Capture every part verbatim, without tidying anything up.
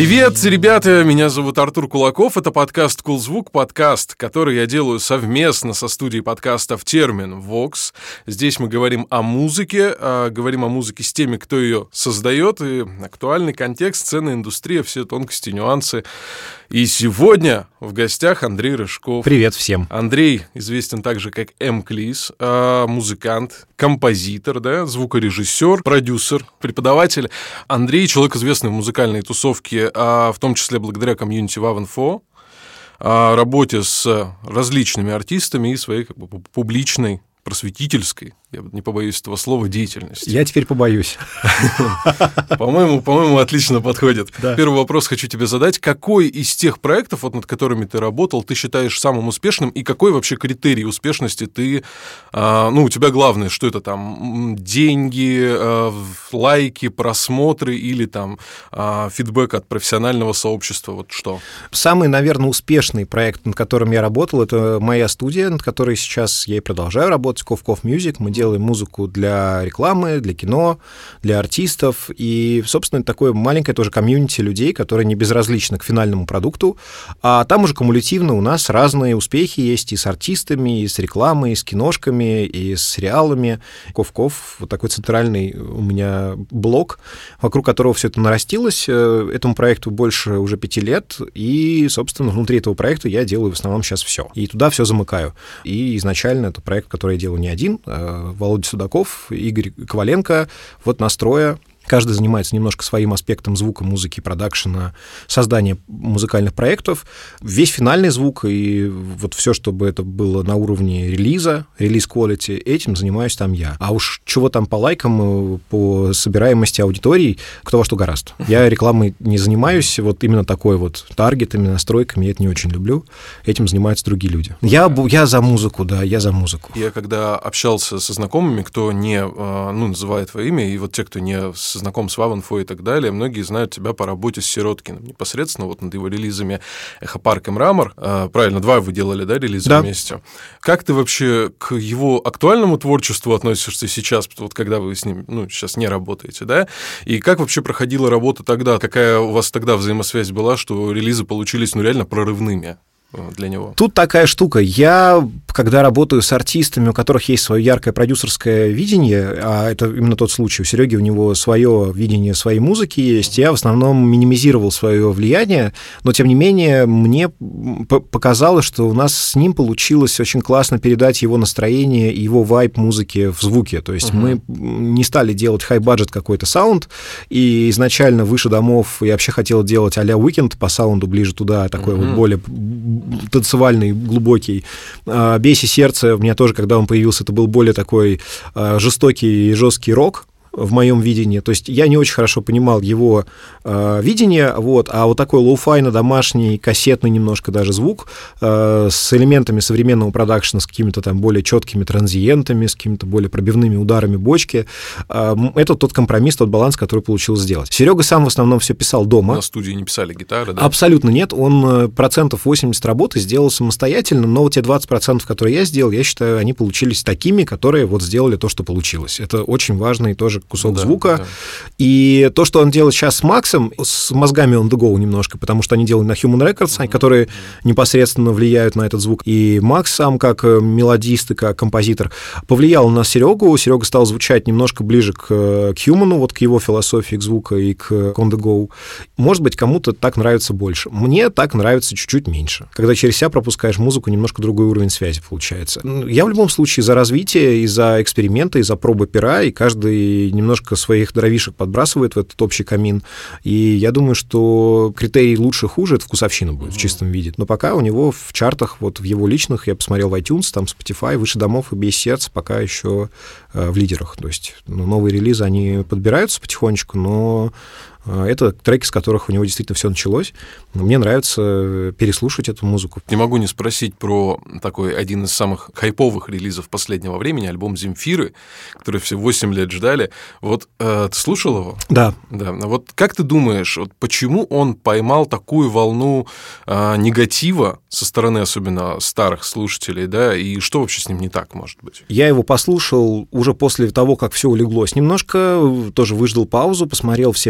Привет, ребята, меня зовут Артур Кулаков, это подкаст «Кулзвук», подкаст, который я делаю совместно со студией подкастов «Термин Vox». Здесь мы говорим о музыке, говорим о музыке с теми, кто ее создает, и актуальный контекст, сцена, индустрия, все тонкости, нюансы. И сегодня в гостях Андрей Рыжков. Привет всем. Андрей известен также как М-Клис, музыкант, композитор, да, звукорежиссер, продюсер, преподаватель. Андрей — человек, известный в музыкальной тусовке, в том числе благодаря комьюнити Вав-Инфо, работе с различными артистами и своей как бы публичной, просветительской, я не побоюсь этого слова, деятельности. Я теперь побоюсь. По-моему, по-моему, отлично подходит. Да. Первый вопрос хочу тебе задать. Какой из тех проектов, вот, над которыми ты работал, ты считаешь самым успешным, и какой вообще критерий успешности ты... А, ну, у тебя главное, что это там деньги, а, лайки, просмотры или там а, фидбэк от профессионального сообщества, вот что? Самый, наверное, успешный проект, над которым я работал, это моя студия, над которой сейчас я и продолжаю работать, Ковков Music. Мы делаем музыку для рекламы, для кино, для артистов. И, собственно, это такое маленькое тоже комьюнити людей, которые не безразличны к финальному продукту. А там уже кумулятивно у нас разные успехи есть и с артистами, и с рекламой, и с киношками, и с сериалами. Ковков, вот такой центральный у меня блок, вокруг которого все это нарастилось. Этому проекту больше уже пяти лет. И, собственно, внутри этого проекта я делаю в основном сейчас все. И туда все замыкаю. И изначально это проект, который я делаю не один. Володя Судаков, Игорь Коваленко, вот настроя. Каждый занимается немножко своим аспектом звука, музыки, продакшена, создания музыкальных проектов. Весь финальный звук и вот все, чтобы это было на уровне релиза, релиз-квалити, этим занимаюсь там я. А уж чего там по лайкам, по собираемости аудиторий, кто во что гораст. Я рекламой не занимаюсь, вот именно такой вот таргетами, настройками, я это не очень люблю. Этим занимаются другие люди. Я, я за музыку, да, я за музыку. Я когда общался со знакомыми, кто не, ну, называет твое имя, и вот те, кто не знаком с Вав-Инфо и так далее, многие знают тебя по работе с Сироткиным непосредственно, вот над его релизами «Эхопарк» и «Мрамор». А, правильно, два вы делали, да, релиза да. вместе. Как ты вообще к его актуальному творчеству относишься сейчас, вот когда вы с ним, ну, сейчас не работаете, да? И как вообще проходила работа тогда? Какая у вас тогда взаимосвязь была, что релизы получились, ну, реально прорывными для него? Тут такая штука. Я, когда работаю с артистами, у которых есть свое яркое продюсерское видение, а это именно тот случай, у Сереги у него свое видение своей музыки есть, я в основном минимизировал свое влияние, но, тем не менее, мне показалось, что у нас с ним получилось очень классно передать его настроение и его вайб музыки в звуке. То есть uh-huh. мы не стали делать хай-баджет какой-то саунд, и изначально «Выше домов» я вообще хотел делать а-ля Weekend по саунду ближе туда, такой uh-huh. вот более танцевальный, глубокий. «Бейся сердце», у меня тоже, когда он появился, это был более такой жестокий и жесткий рок в моем видении. То есть я не очень хорошо понимал его э, видение, вот, а вот такой лоу-файно домашний, кассетный немножко даже звук э, с элементами современного продакшена, с какими-то там более четкими транзиентами, с какими-то более пробивными ударами бочки. Э, это тот компромисс, тот баланс, который получилось сделать. Серега сам в основном все писал дома. На студии не писали гитары, да? Абсолютно нет. Он процентов восемьдесят работы сделал самостоятельно, но вот те двадцать процентов, которые я сделал, я считаю, они получились такими, которые вот сделали то, что получилось. Это очень важно и тоже кусок да, звука. Да. И то, что он делает сейчас с Максом, с мозгами on the go немножко, потому что они делают на Human Records, mm-hmm. которые непосредственно влияют на этот звук. И Макс сам, как мелодист и как композитор, повлиял на Серегу. Серега стал звучать немножко ближе к, к Human, вот к его философии, к звуку и к on the go. Может быть, кому-то так нравится больше. Мне так нравится чуть-чуть меньше. Когда через себя пропускаешь музыку, немножко другой уровень связи получается. Я в любом случае за развитие, и за эксперименты, и за пробы пера, и каждый немножко своих дровишек подбрасывает в этот общий камин. И я думаю, что критерий лучше-хуже — это вкусовщина будет mm-hmm. в чистом виде. Но пока у него в чартах, вот в его личных, я посмотрел в iTunes, там Spotify, «Выше домов» и «Бейся сердце» пока еще э, в лидерах. То есть ну, новые релизы, они подбираются потихонечку, но это треки, с которых у него действительно все началось. Мне нравится переслушать эту музыку. Не могу не спросить про такой один из самых хайповых релизов последнего времени, альбом «Земфиры», который все восемь лет ждали. Вот э, ты слушал его? Да. Да. Вот как ты думаешь, вот почему он поймал такую волну э, негатива со стороны особенно старых слушателей, да, и что вообще с ним не так, может быть? Я его послушал уже после того, как все улеглось. Немножко тоже выждал паузу, посмотрел все мнения.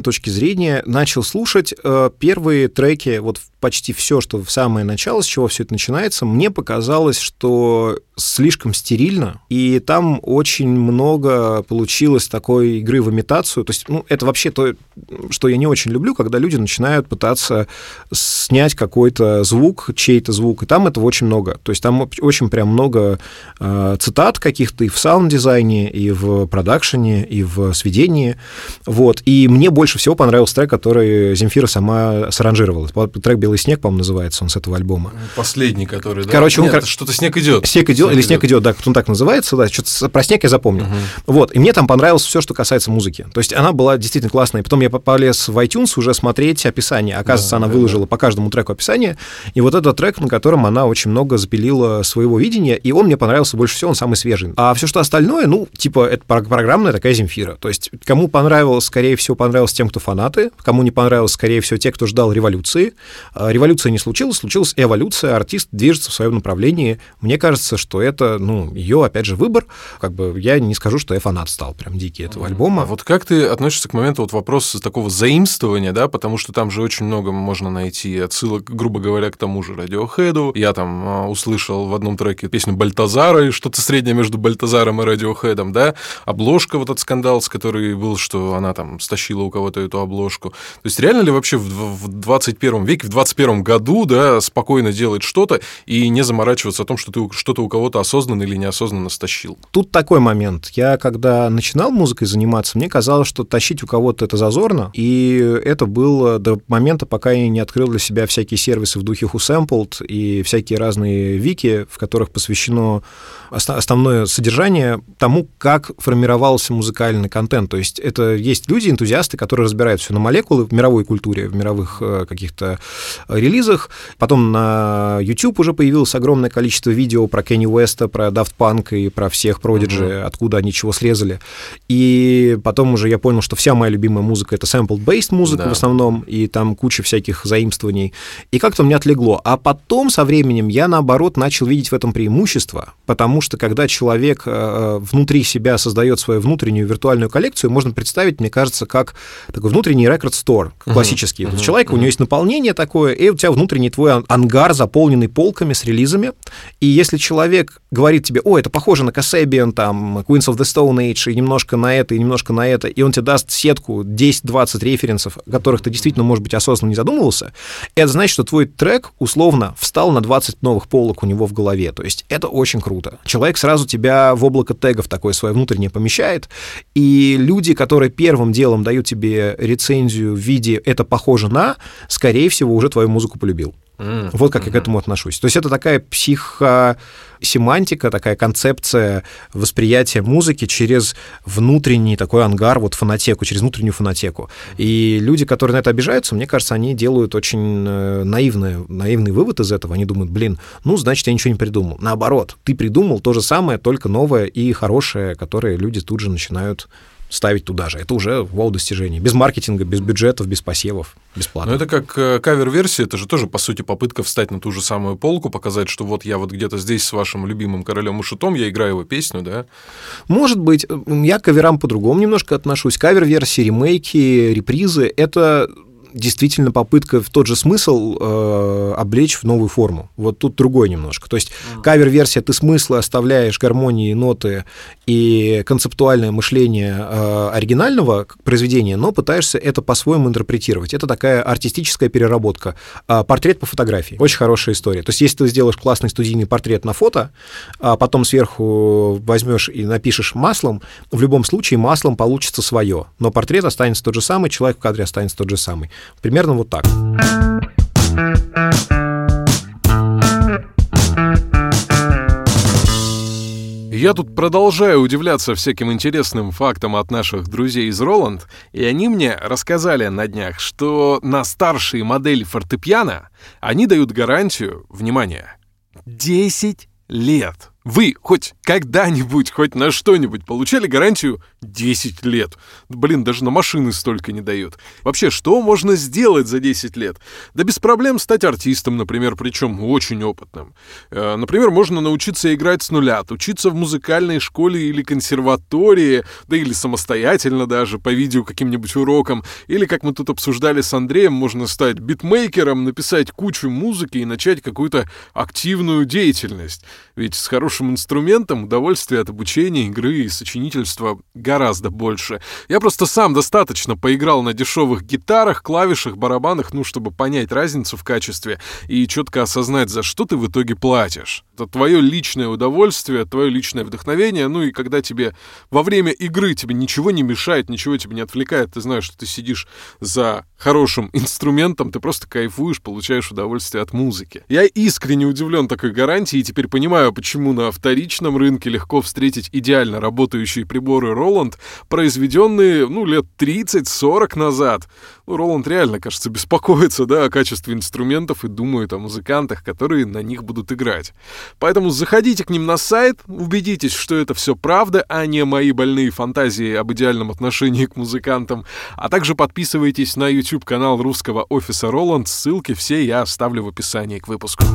точки зрения, начал слушать э, первые треки, вот почти все, что в самое начало, с чего все это начинается, мне показалось, что слишком стерильно, и там очень много получилось такой игры в имитацию. То есть, ну, это вообще то, что я не очень люблю, когда люди начинают пытаться снять какой-то звук, чей-то звук, и там этого очень много. То есть там очень прям много э, цитат каких-то и в саунд-дизайне, и в продакшене, и в сведении. Вот. И мне больше всего понравился трек, который Земфира сама саранжировала. Трек «Белый снег», по-моему, называется он с этого альбома. Последний, который, да? Короче, он... Нет, что-то «Снег идет». «Снег идет», или «Снег идет», да, он так называется, да, что-то про снег я запомнил. Uh-huh. Вот, и мне там понравилось все, что касается музыки. То есть она была действительно классная. Потом я полез в iTunes уже смотреть описание. Оказывается, да, она да, выложила да. по каждому треку описание. И вот этот трек, на котором она очень много запилила своего видения, и он мне понравился больше всего, он самый свежий. А все, что остальное, ну, типа, это программная такая Земфира. То есть кому понравилось, скорее всего, понравилось тем, кто фанаты, кому не понравилось, скорее всего, те, кто ждал революции. Революция не случилась, случилась эволюция, артист движется в своем направлении. Мне кажется, что это, ну, ее, опять же, выбор. Как бы я не скажу, что я фанат стал прям дикий этого альбома. А вот как ты относишься к моменту вот вопроса такого заимствования, да, потому что там же очень много можно найти отсылок, грубо говоря, к тому же Radiohead'у. Я там услышал в одном треке песню Бальтазара, и что-то среднее между Бальтазаром и Radiohead'ом, да, обложка, вот этот скандал, с который был, что она там стащила у кого-то эту обложку. То есть реально ли вообще в двадцать первом веке, в двадцать первом году, да, спокойно делать что-то и не заморачиваться о том, что ты что-то у кого-то осознанно или неосознанно стащил? Тут такой момент. Я, когда начинал музыкой заниматься, мне казалось, что тащить у кого-то это зазорно, и это было до момента, пока я не открыл для себя всякие сервисы в духе WhoSampled и всякие разные вики, в которых посвящено основное содержание тому, как формировался музыкальный контент. То есть это есть люди, энтузиасты, которые разбирают все на молекулы в мировой культуре, в мировых каких-то релизах. Потом на YouTube уже появилось огромное количество видео про Кенни Уэста, про Daft Punk и про всех Prodigy, uh-huh. откуда они чего срезали. И потом уже я понял, что вся моя любимая музыка — это sample-based музыка, да, в основном, и там куча всяких заимствований. И как-то мне отлегло. А потом со временем я, наоборот, начал видеть в этом преимущество, потому что когда человек внутри себя создает свою внутреннюю виртуальную коллекцию, можно представить, мне кажется, как такой внутренний рекорд-стор, классический. Uh-huh. Вот uh-huh. человек, uh-huh. у него есть наполнение такое, и у тебя внутренний твой ангар, заполненный полками с релизами. И если человек говорит тебе: о, это похоже на Kasabian, там, Queens of the Stone Age, и немножко на это, и немножко на это, и он тебе даст сетку десять-двадцать референсов, о которых ты действительно, может быть, осознанно не задумывался, это значит, что твой трек условно встал на двадцать новых полок у него в голове. То есть это очень круто. Человек сразу тебя в облако тегов такое свое внутреннее помещает, и люди, которые первым делом дают тебе рецензию в виде «это похоже на», скорее всего, уже твою музыку полюбил. Mm-hmm. Вот как я к этому отношусь. То есть это такая психосемантика, такая концепция восприятия музыки через внутренний такой ангар, вот фонотеку, через внутреннюю фонотеку. И люди, которые на это обижаются, мне кажется, они делают очень наивный, наивный вывод из этого. Они думают: блин, ну, значит, я ничего не придумал. Наоборот, ты придумал то же самое, только новое и хорошее, которое люди тут же начинают ставить туда же. Это уже вау-достижение. Без маркетинга, без бюджетов, без посевов, бесплатно. Но это как кавер-версия, это же тоже, по сути, попытка встать на ту же самую полку, показать, что вот я вот где-то здесь с вашим любимым королем и шутом, я играю его песню, да? Может быть. Я к каверам по-другому немножко отношусь. Кавер-версии, ремейки, репризы — это действительно попытка в тот же смысл э, облечь в новую форму. Вот тут другой немножко. То есть mm. кавер-версия, ты смыслы оставляешь, гармонии, ноты и концептуальное мышление э, оригинального произведения, но пытаешься это по-своему интерпретировать. Это такая артистическая переработка. Э, портрет по фотографии. Очень хорошая история. То есть если ты сделаешь классный студийный портрет на фото, а потом сверху возьмешь и напишешь маслом, в любом случае маслом получится свое. Но портрет останется тот же самый, человек в кадре останется тот же самый. Примерно вот так. Я тут продолжаю удивляться всяким интересным фактам от наших друзей из Roland, и они мне рассказали на днях, что на старшие модели фортепиано они дают гарантию, внимание, десять лет. Вы хоть когда-нибудь, хоть на что-нибудь получали гарантию десять лет? Блин, даже на машины столько не дают. Вообще, что можно сделать за десять лет? Да без проблем стать артистом, например, причем очень опытным. Э, например, можно научиться играть с нуля, учиться в музыкальной школе или консерватории, да или самостоятельно даже, по видео каким-нибудь урокам. Или, как мы тут обсуждали с Андреем, можно стать битмейкером, написать кучу музыки и начать какую-то активную деятельность. Ведь с хорошим инструментом удовольствие от обучения, игры и сочинительства гораздо больше. Я просто сам достаточно поиграл на дешевых гитарах, клавишах, барабанах, ну, чтобы понять разницу в качестве и четко осознать, за что ты в итоге платишь. Это твое личное удовольствие, твое личное вдохновение, ну и когда тебе во время игры тебе ничего не мешает, ничего тебя не отвлекает, ты знаешь, что ты сидишь за хорошим инструментом, ты просто кайфуешь, получаешь удовольствие от музыки. Я искренне удивлен такой гарантией и теперь понимаю, почему на вторичном рынке легко встретить идеально работающие приборы Roland, произведенные, ну, лет тридцать-сорок назад. Ну, Roland реально, кажется, беспокоится, да, о качестве инструментов и думает о музыкантах, которые на них будут играть. Поэтому заходите к ним на сайт, убедитесь, что это все правда, а не мои больные фантазии об идеальном отношении к музыкантам, а также подписывайтесь на YouTube-канал русского офиса Roland, ссылки все я оставлю в описании к выпуску.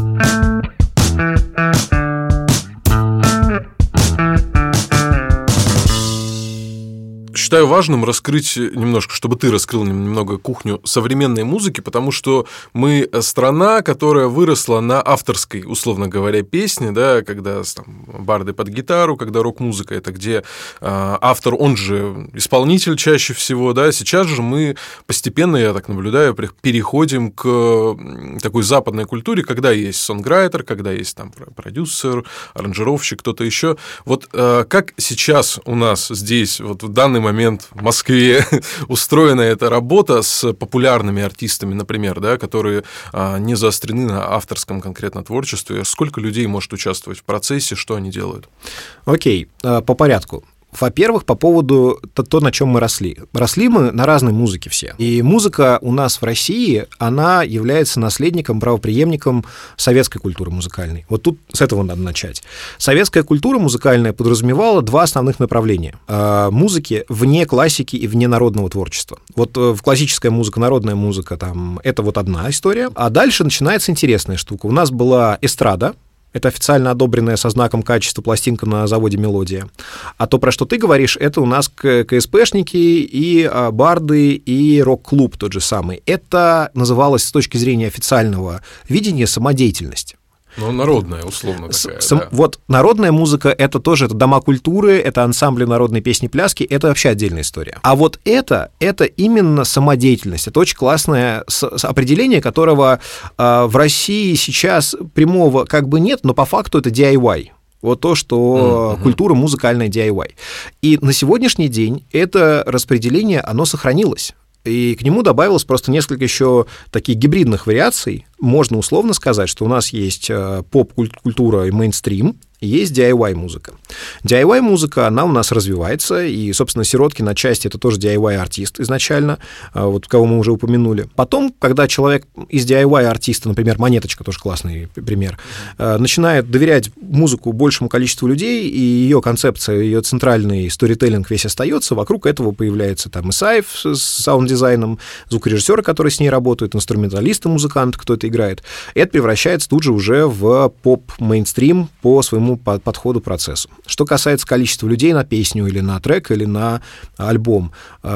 Считаю важным раскрыть немножко, чтобы ты раскрыл немного кухню современной музыки, потому что мы страна, которая выросла на авторской, условно говоря, песне, да, когда там, барды под гитару, когда рок-музыка — это где э, автор, он же исполнитель чаще всего, да, сейчас же мы постепенно, я так наблюдаю, переходим к такой западной культуре, когда есть сонграйтер, когда есть там продюсер, аранжировщик, кто-то еще. Вот э, как сейчас у нас здесь, вот в данный момент, момент в Москве устроена эта работа с популярными артистами, например, да, которые а, не заострены на авторском конкретно творчестве. Сколько людей может участвовать в процессе, что они делают? Окей, по порядку. Во-первых, по поводу то, то, на чем мы росли. Росли мы на разной музыке все. И музыка у нас в России, она является наследником, правопреемником советской культуры музыкальной. Вот тут с этого надо начать. Советская культура музыкальная подразумевала два основных направления музыки вне классики и вне народного творчества. Вот в классическая музыка, народная музыка, там, это вот одна история. А дальше начинается интересная штука. У нас была эстрада. Это официально одобренная со знаком качества пластинка на заводе «Мелодия». А то, про что ты говоришь, это у нас КСПшники и барды, и рок-клуб тот же самый. Это называлось с точки зрения официального видения самодеятельность. Ну, народная, условно такая, Сам, да. Вот народная музыка — это тоже это дома культуры, это ансамбли народной песни-пляски, это вообще отдельная история. А вот это, это именно самодеятельность. Это очень классное определение, которого э, в России сейчас прямого как бы нет, но по факту это ди ай вай. Вот то, что mm-hmm. культура музыкальная ди ай вай. И на сегодняшний день это распределение, оно сохранилось. И к нему добавилось просто несколько еще таких гибридных вариаций. Можно условно сказать, что у нас есть поп-культура и мейнстрим, и есть ди ай вай-музыка. ди ай вай-музыка, она у нас развивается, и, собственно, Сироткин отчасти это тоже ди ай вай-артист изначально, вот кого мы уже упомянули. Потом, когда человек из ди ай вай-артиста, например, Монеточка, тоже классный пример, начинает доверять музыку большему количеству людей, и ее концепция, ее центральный сторителлинг весь остается, вокруг этого появляется там Исаев с саунд-дизайном, звукорежиссеры, которые с ней работают, инструменталисты, музыканты, кто это играет. И это превращается тут же уже в поп-мейнстрим по своему подходу к процессу. Что касается количества людей на песню или на трек, или на альбом,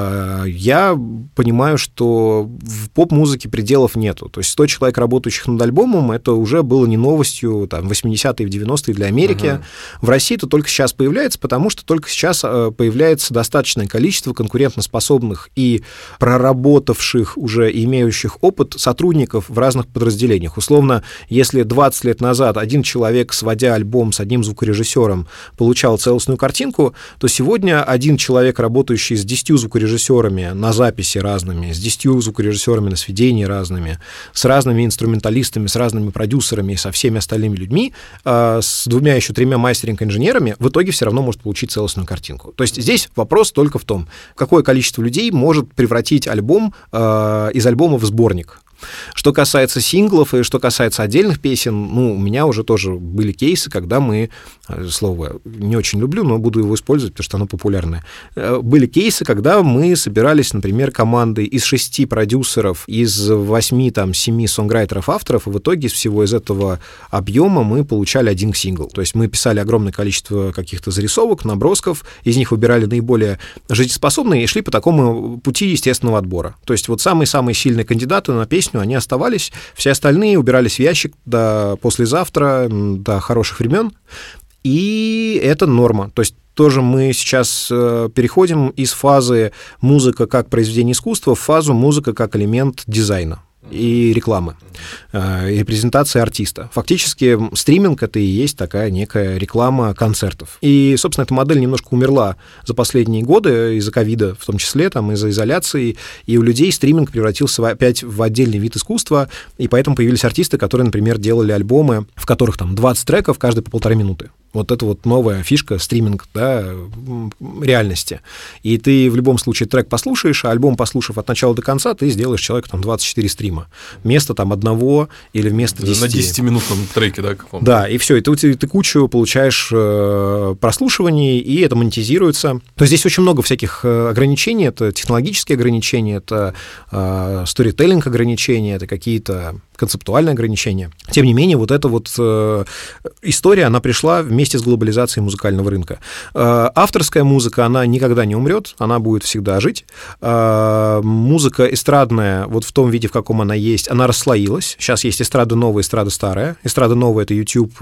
я понимаю, что в поп-музыке пределов нету. То есть сто человек, работающих над альбомом, это уже было не новостью там, в восьмидесятые, в девяностые для Америки. Uh-huh. В России это только сейчас появляется, потому что только сейчас появляется достаточное количество конкурентоспособных и проработавших уже, имеющих опыт сотрудников в разных подразделениях. Условно, если двадцать лет назад один человек, сводя альбом с одним звукорежиссером, получал целостную картинку, то сегодня один человек, работающий с десятью звукорежиссерами на записи разными, с десятью звукорежиссерами на сведении разными, с разными инструменталистами, с разными продюсерами и со всеми остальными людьми, с двумя еще тремя мастеринг-инженерами, в итоге все равно может получить целостную картинку. То есть здесь вопрос только в том, какое количество людей может превратить альбом из альбома в сборник. Что касается синглов и что касается отдельных песен, ну, у меня уже тоже были кейсы, когда мы, слово не очень люблю, но буду его использовать, потому что оно популярное, были кейсы, когда мы собирались, например, командой из шести продюсеров, из восьми, там, семи сонграйтеров, авторов, и в итоге из всего из этого объема мы получали один сингл. То есть мы писали огромное количество каких-то зарисовок, набросков, из них выбирали наиболее жизнеспособные и шли по такому пути естественного отбора. То есть вот самые-самые сильные кандидаты на песню, они оставались, все остальные убирались в ящик до послезавтра, до хороших времен, и это норма. То есть тоже мы сейчас переходим из фазы музыка как произведение искусства в фазу музыка как элемент дизайна и рекламы, и репрезентации артиста. Фактически стриминг — это и есть такая некая реклама концертов. И, собственно, эта модель немножко умерла за последние годы, из-за ковида в том числе, там, из-за изоляции, и у людей стриминг превратился опять в отдельный вид искусства, и поэтому появились артисты, которые, например, делали альбомы, в которых там двадцать треков, каждый по полторы минуты. Вот это вот новая фишка, стриминг, да, реальности. И ты в любом случае трек послушаешь, а альбом, послушав от начала до конца, ты сделаешь человеку там двадцать четыре стрима. Вместо там одного или вместо десяти. На десятиминутном треке, да, каком-то. Да, и все, и ты, ты, ты кучу получаешь э, прослушиваний, и это монетизируется. То есть здесь очень много всяких ограничений. Это технологические ограничения, это э, сторителлинг ограничения, это какие-то концептуальные ограничения. Тем не менее, вот эта вот э, история, она пришла вместе с глобализацией музыкального рынка. Э, авторская музыка, она никогда не умрет, она будет всегда жить. Э, музыка эстрадная, вот в том виде, в каком она есть, она расслоилась. Сейчас есть эстрада новая, эстрада старая. Эстрада новая — это YouTube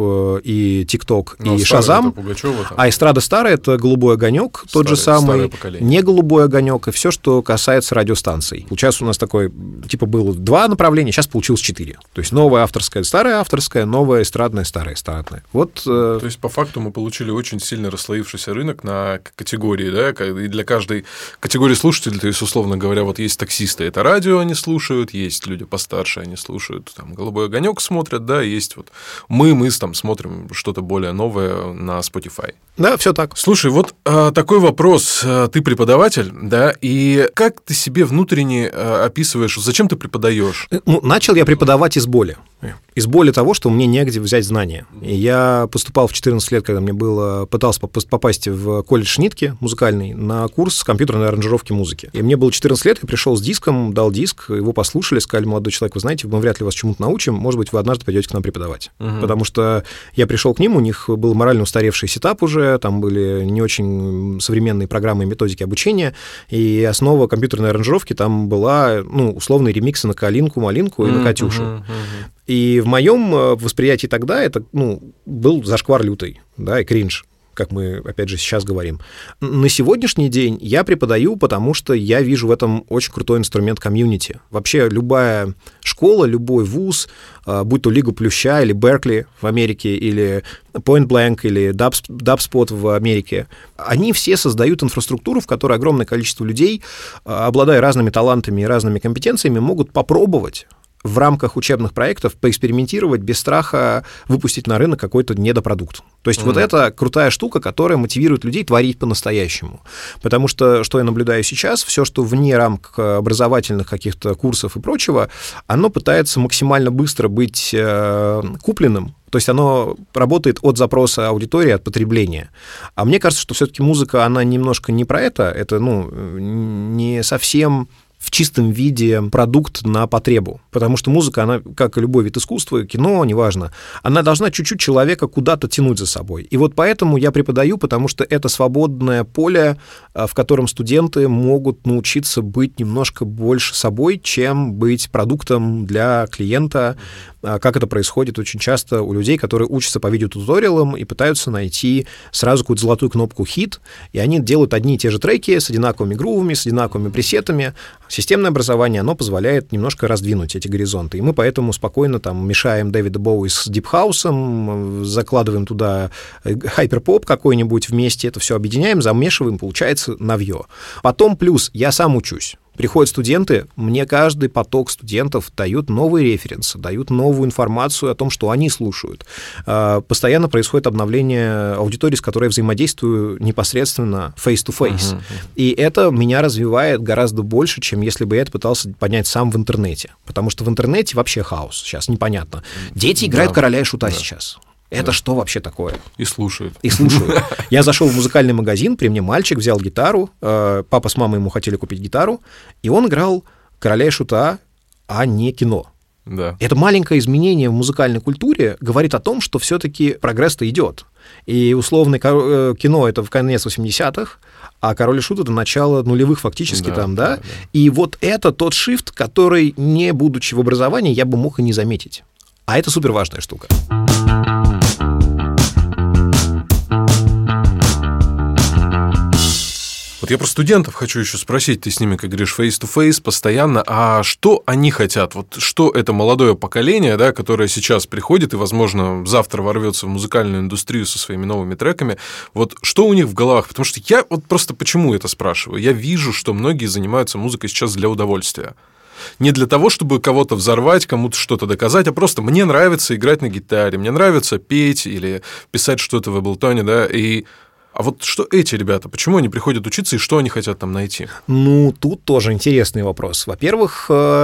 и TikTok, но и Shazam. А эстрада старая — это «Голубой огонек», тот же самый, не «Голубой огонек», и все, что касается радиостанций. Сейчас у нас такой, типа, было два направления, сейчас получилось четыре. То есть новая авторская, старая авторская, новая эстрадная, старая эстрадная. Вот, э... То есть, по факту, мы получили очень сильно расслоившийся рынок на категории, да, и для каждой категории слушателей, то есть, условно говоря, вот есть таксисты, это радио они слушают, есть люди постарше, они слушают, там, «Голубой огонек» смотрят, да, есть вот мы, мы там смотрим что-то более новое на Spotify. Да, все так. Слушай, вот а, такой вопрос. Ты преподаватель, да, и как ты себе внутренне а, описываешь, зачем ты преподаешь? Ну, начал я преподавать из боли. Из боли того, что мне негде взять знания. И я поступал в четырнадцать лет, когда мне было, пытался попасть в колледж Нитки музыкальный на курс компьютерной аранжировки музыки. И мне было четырнадцать лет, я пришел с диском, дал диск, его послушали, сказали: молодой человек, вы знаете, мы вряд ли вас чему-то научим, может быть, вы однажды пойдете к нам преподавать. Угу. Потому что я пришел к ним, у них был морально устаревший сетап уже, там были не очень современные программы и методики обучения, и основа компьютерной аранжировки там была, ну, условные ремиксы на Калинку, Малинку и на Катюшу. Uh-huh, uh-huh. И в моем восприятии тогда это, ну, был зашквар лютый, да, и кринж, как мы, опять же, сейчас говорим. На сегодняшний день я преподаю, потому что я вижу в этом очень крутой инструмент комьюнити. Вообще любая школа, любой вуз, будь то Лига Плюща или Беркли в Америке, или Point Blank, или Dubspot в Америке, они все создают инфраструктуру, в которой огромное количество людей, обладая разными талантами и разными компетенциями, могут попробовать в рамках учебных проектов поэкспериментировать без страха выпустить на рынок какой-то недопродукт. То есть mm-hmm. вот это крутая штука, которая мотивирует людей творить по-настоящему. Потому что, что я наблюдаю сейчас, все, что вне рамок образовательных каких-то курсов и прочего, оно пытается максимально быстро быть э, купленным. То есть оно работает от запроса аудитории, от потребления. А мне кажется, что все-таки музыка, она немножко не про это. Это, ну, не совсем в чистом виде продукт на потребу. Потому что музыка, она, как и любой вид искусства, кино, неважно, она должна чуть-чуть человека куда-то тянуть за собой. И вот поэтому я преподаю, потому что это свободное поле, в котором студенты могут научиться быть немножко больше собой, чем быть продуктом для клиента, как это происходит очень часто у людей, которые учатся по видеотуториалам и пытаются найти сразу какую-то золотую кнопку «хит», и они делают одни и те же треки с одинаковыми грувами, с одинаковыми пресетами. Системное образование, оно позволяет немножко раздвинуть эти горизонты, и мы поэтому спокойно там мешаем Дэвида Боуи с дипхаусом, закладываем туда хайперпоп какой-нибудь вместе, это все объединяем, замешиваем, получается навье. Потом плюс я сам учусь. Приходят студенты, мне каждый поток студентов дают новые референсы, дают новую информацию о том, что они слушают. Постоянно происходит обновление аудитории, с которой я взаимодействую непосредственно face-to-face. Uh-huh. И это меня развивает гораздо больше, чем если бы я это пытался понять сам в интернете. Потому что в интернете вообще хаос сейчас, непонятно. Дети играют да. короля и шута да. сейчас. Это да. что вообще такое? И слушают. И слушают. Я зашел в музыкальный магазин, при мне мальчик взял гитару, папа с мамой ему хотели купить гитару, и он играл короля и шута, а не кино. Да. Это маленькое изменение в музыкальной культуре говорит о том, что все-таки прогресс-то идет. И условно кино — это в конец восьмидесятых, а «Король и Шут» — это начало нулевых фактически да, там, да? Да, да? И вот это тот шифт, который, не будучи в образовании, я бы мог и не заметить. А это суперважная штука. Вот я про студентов хочу еще спросить, ты с ними, как говоришь, face-to-face постоянно, а что они хотят? Вот что это молодое поколение, да, которое сейчас приходит и, возможно, завтра ворвется в музыкальную индустрию со своими новыми треками, вот что у них в головах? Потому что я вот просто почему это спрашиваю? Я вижу, что многие занимаются музыкой сейчас для удовольствия. Не для того, чтобы кого-то взорвать, кому-то что-то доказать, а просто мне нравится играть на гитаре, мне нравится петь или писать что-то в Эблтоне, да, и... А вот что эти ребята, почему они приходят учиться и что они хотят там найти? Ну, тут тоже интересный вопрос. Во-первых,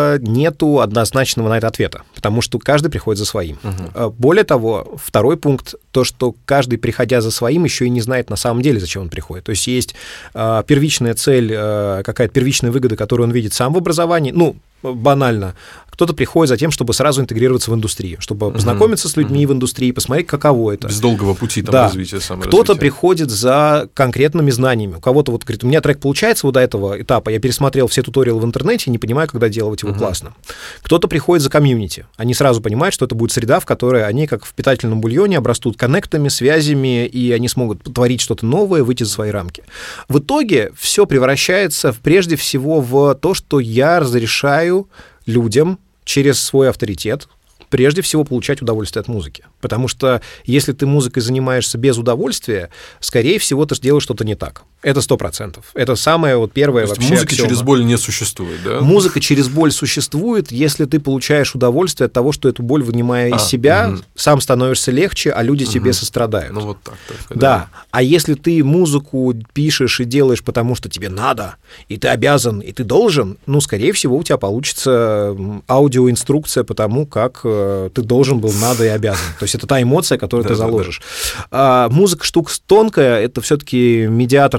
нету однозначного на это ответа, потому что каждый приходит за своим. Угу. Более того, второй пункт, то, что каждый, приходя за своим, еще и не знает на самом деле, зачем он приходит. То есть есть первичная цель, какая-то первичная выгода, которую он видит сам в образовании, ну, банально. Кто-то приходит за тем, чтобы сразу интегрироваться в индустрию, чтобы познакомиться uh-huh. с людьми uh-huh. в индустрии, посмотреть, каково это. Без долгого пути там да. развития, саморазвития. Кто-то приходит за конкретными знаниями. У кого-то вот говорит, у меня трек получается вот до этого этапа, я пересмотрел все туториалы в интернете, не понимаю, когда делать его uh-huh. классно. Кто-то приходит за комьюнити. Они сразу понимают, что это будет среда, в которой они, как в питательном бульоне, обрастут коннектами, связями, и они смогут творить что-то новое, выйти за свои рамки. В итоге все превращается прежде всего в то, что я разрешаю людям через свой авторитет прежде всего получать удовольствие от музыки. Потому что если ты музыкой занимаешься без удовольствия, скорее всего, ты делаешь что-то не так. Это сто процентов. Это самое вот первое То есть вообще музыка аксиома. Через боль не существует, да? Mузыка через боль существует, если ты получаешь удовольствие от того, что эту боль, вынимая а, из себя, угу. сам становишься легче, а люди угу. тебе сострадают. Ну вот так. Только, да. да. А если ты музыку пишешь и делаешь, потому что тебе надо, и ты обязан, и ты должен, ну, скорее всего, у тебя получится аудиоинструкция по тому, как ты должен был, надо и обязан. То есть это та эмоция, которую да, ты заложишь. Да, да. А музыка штука тонкая, это все-таки медиатор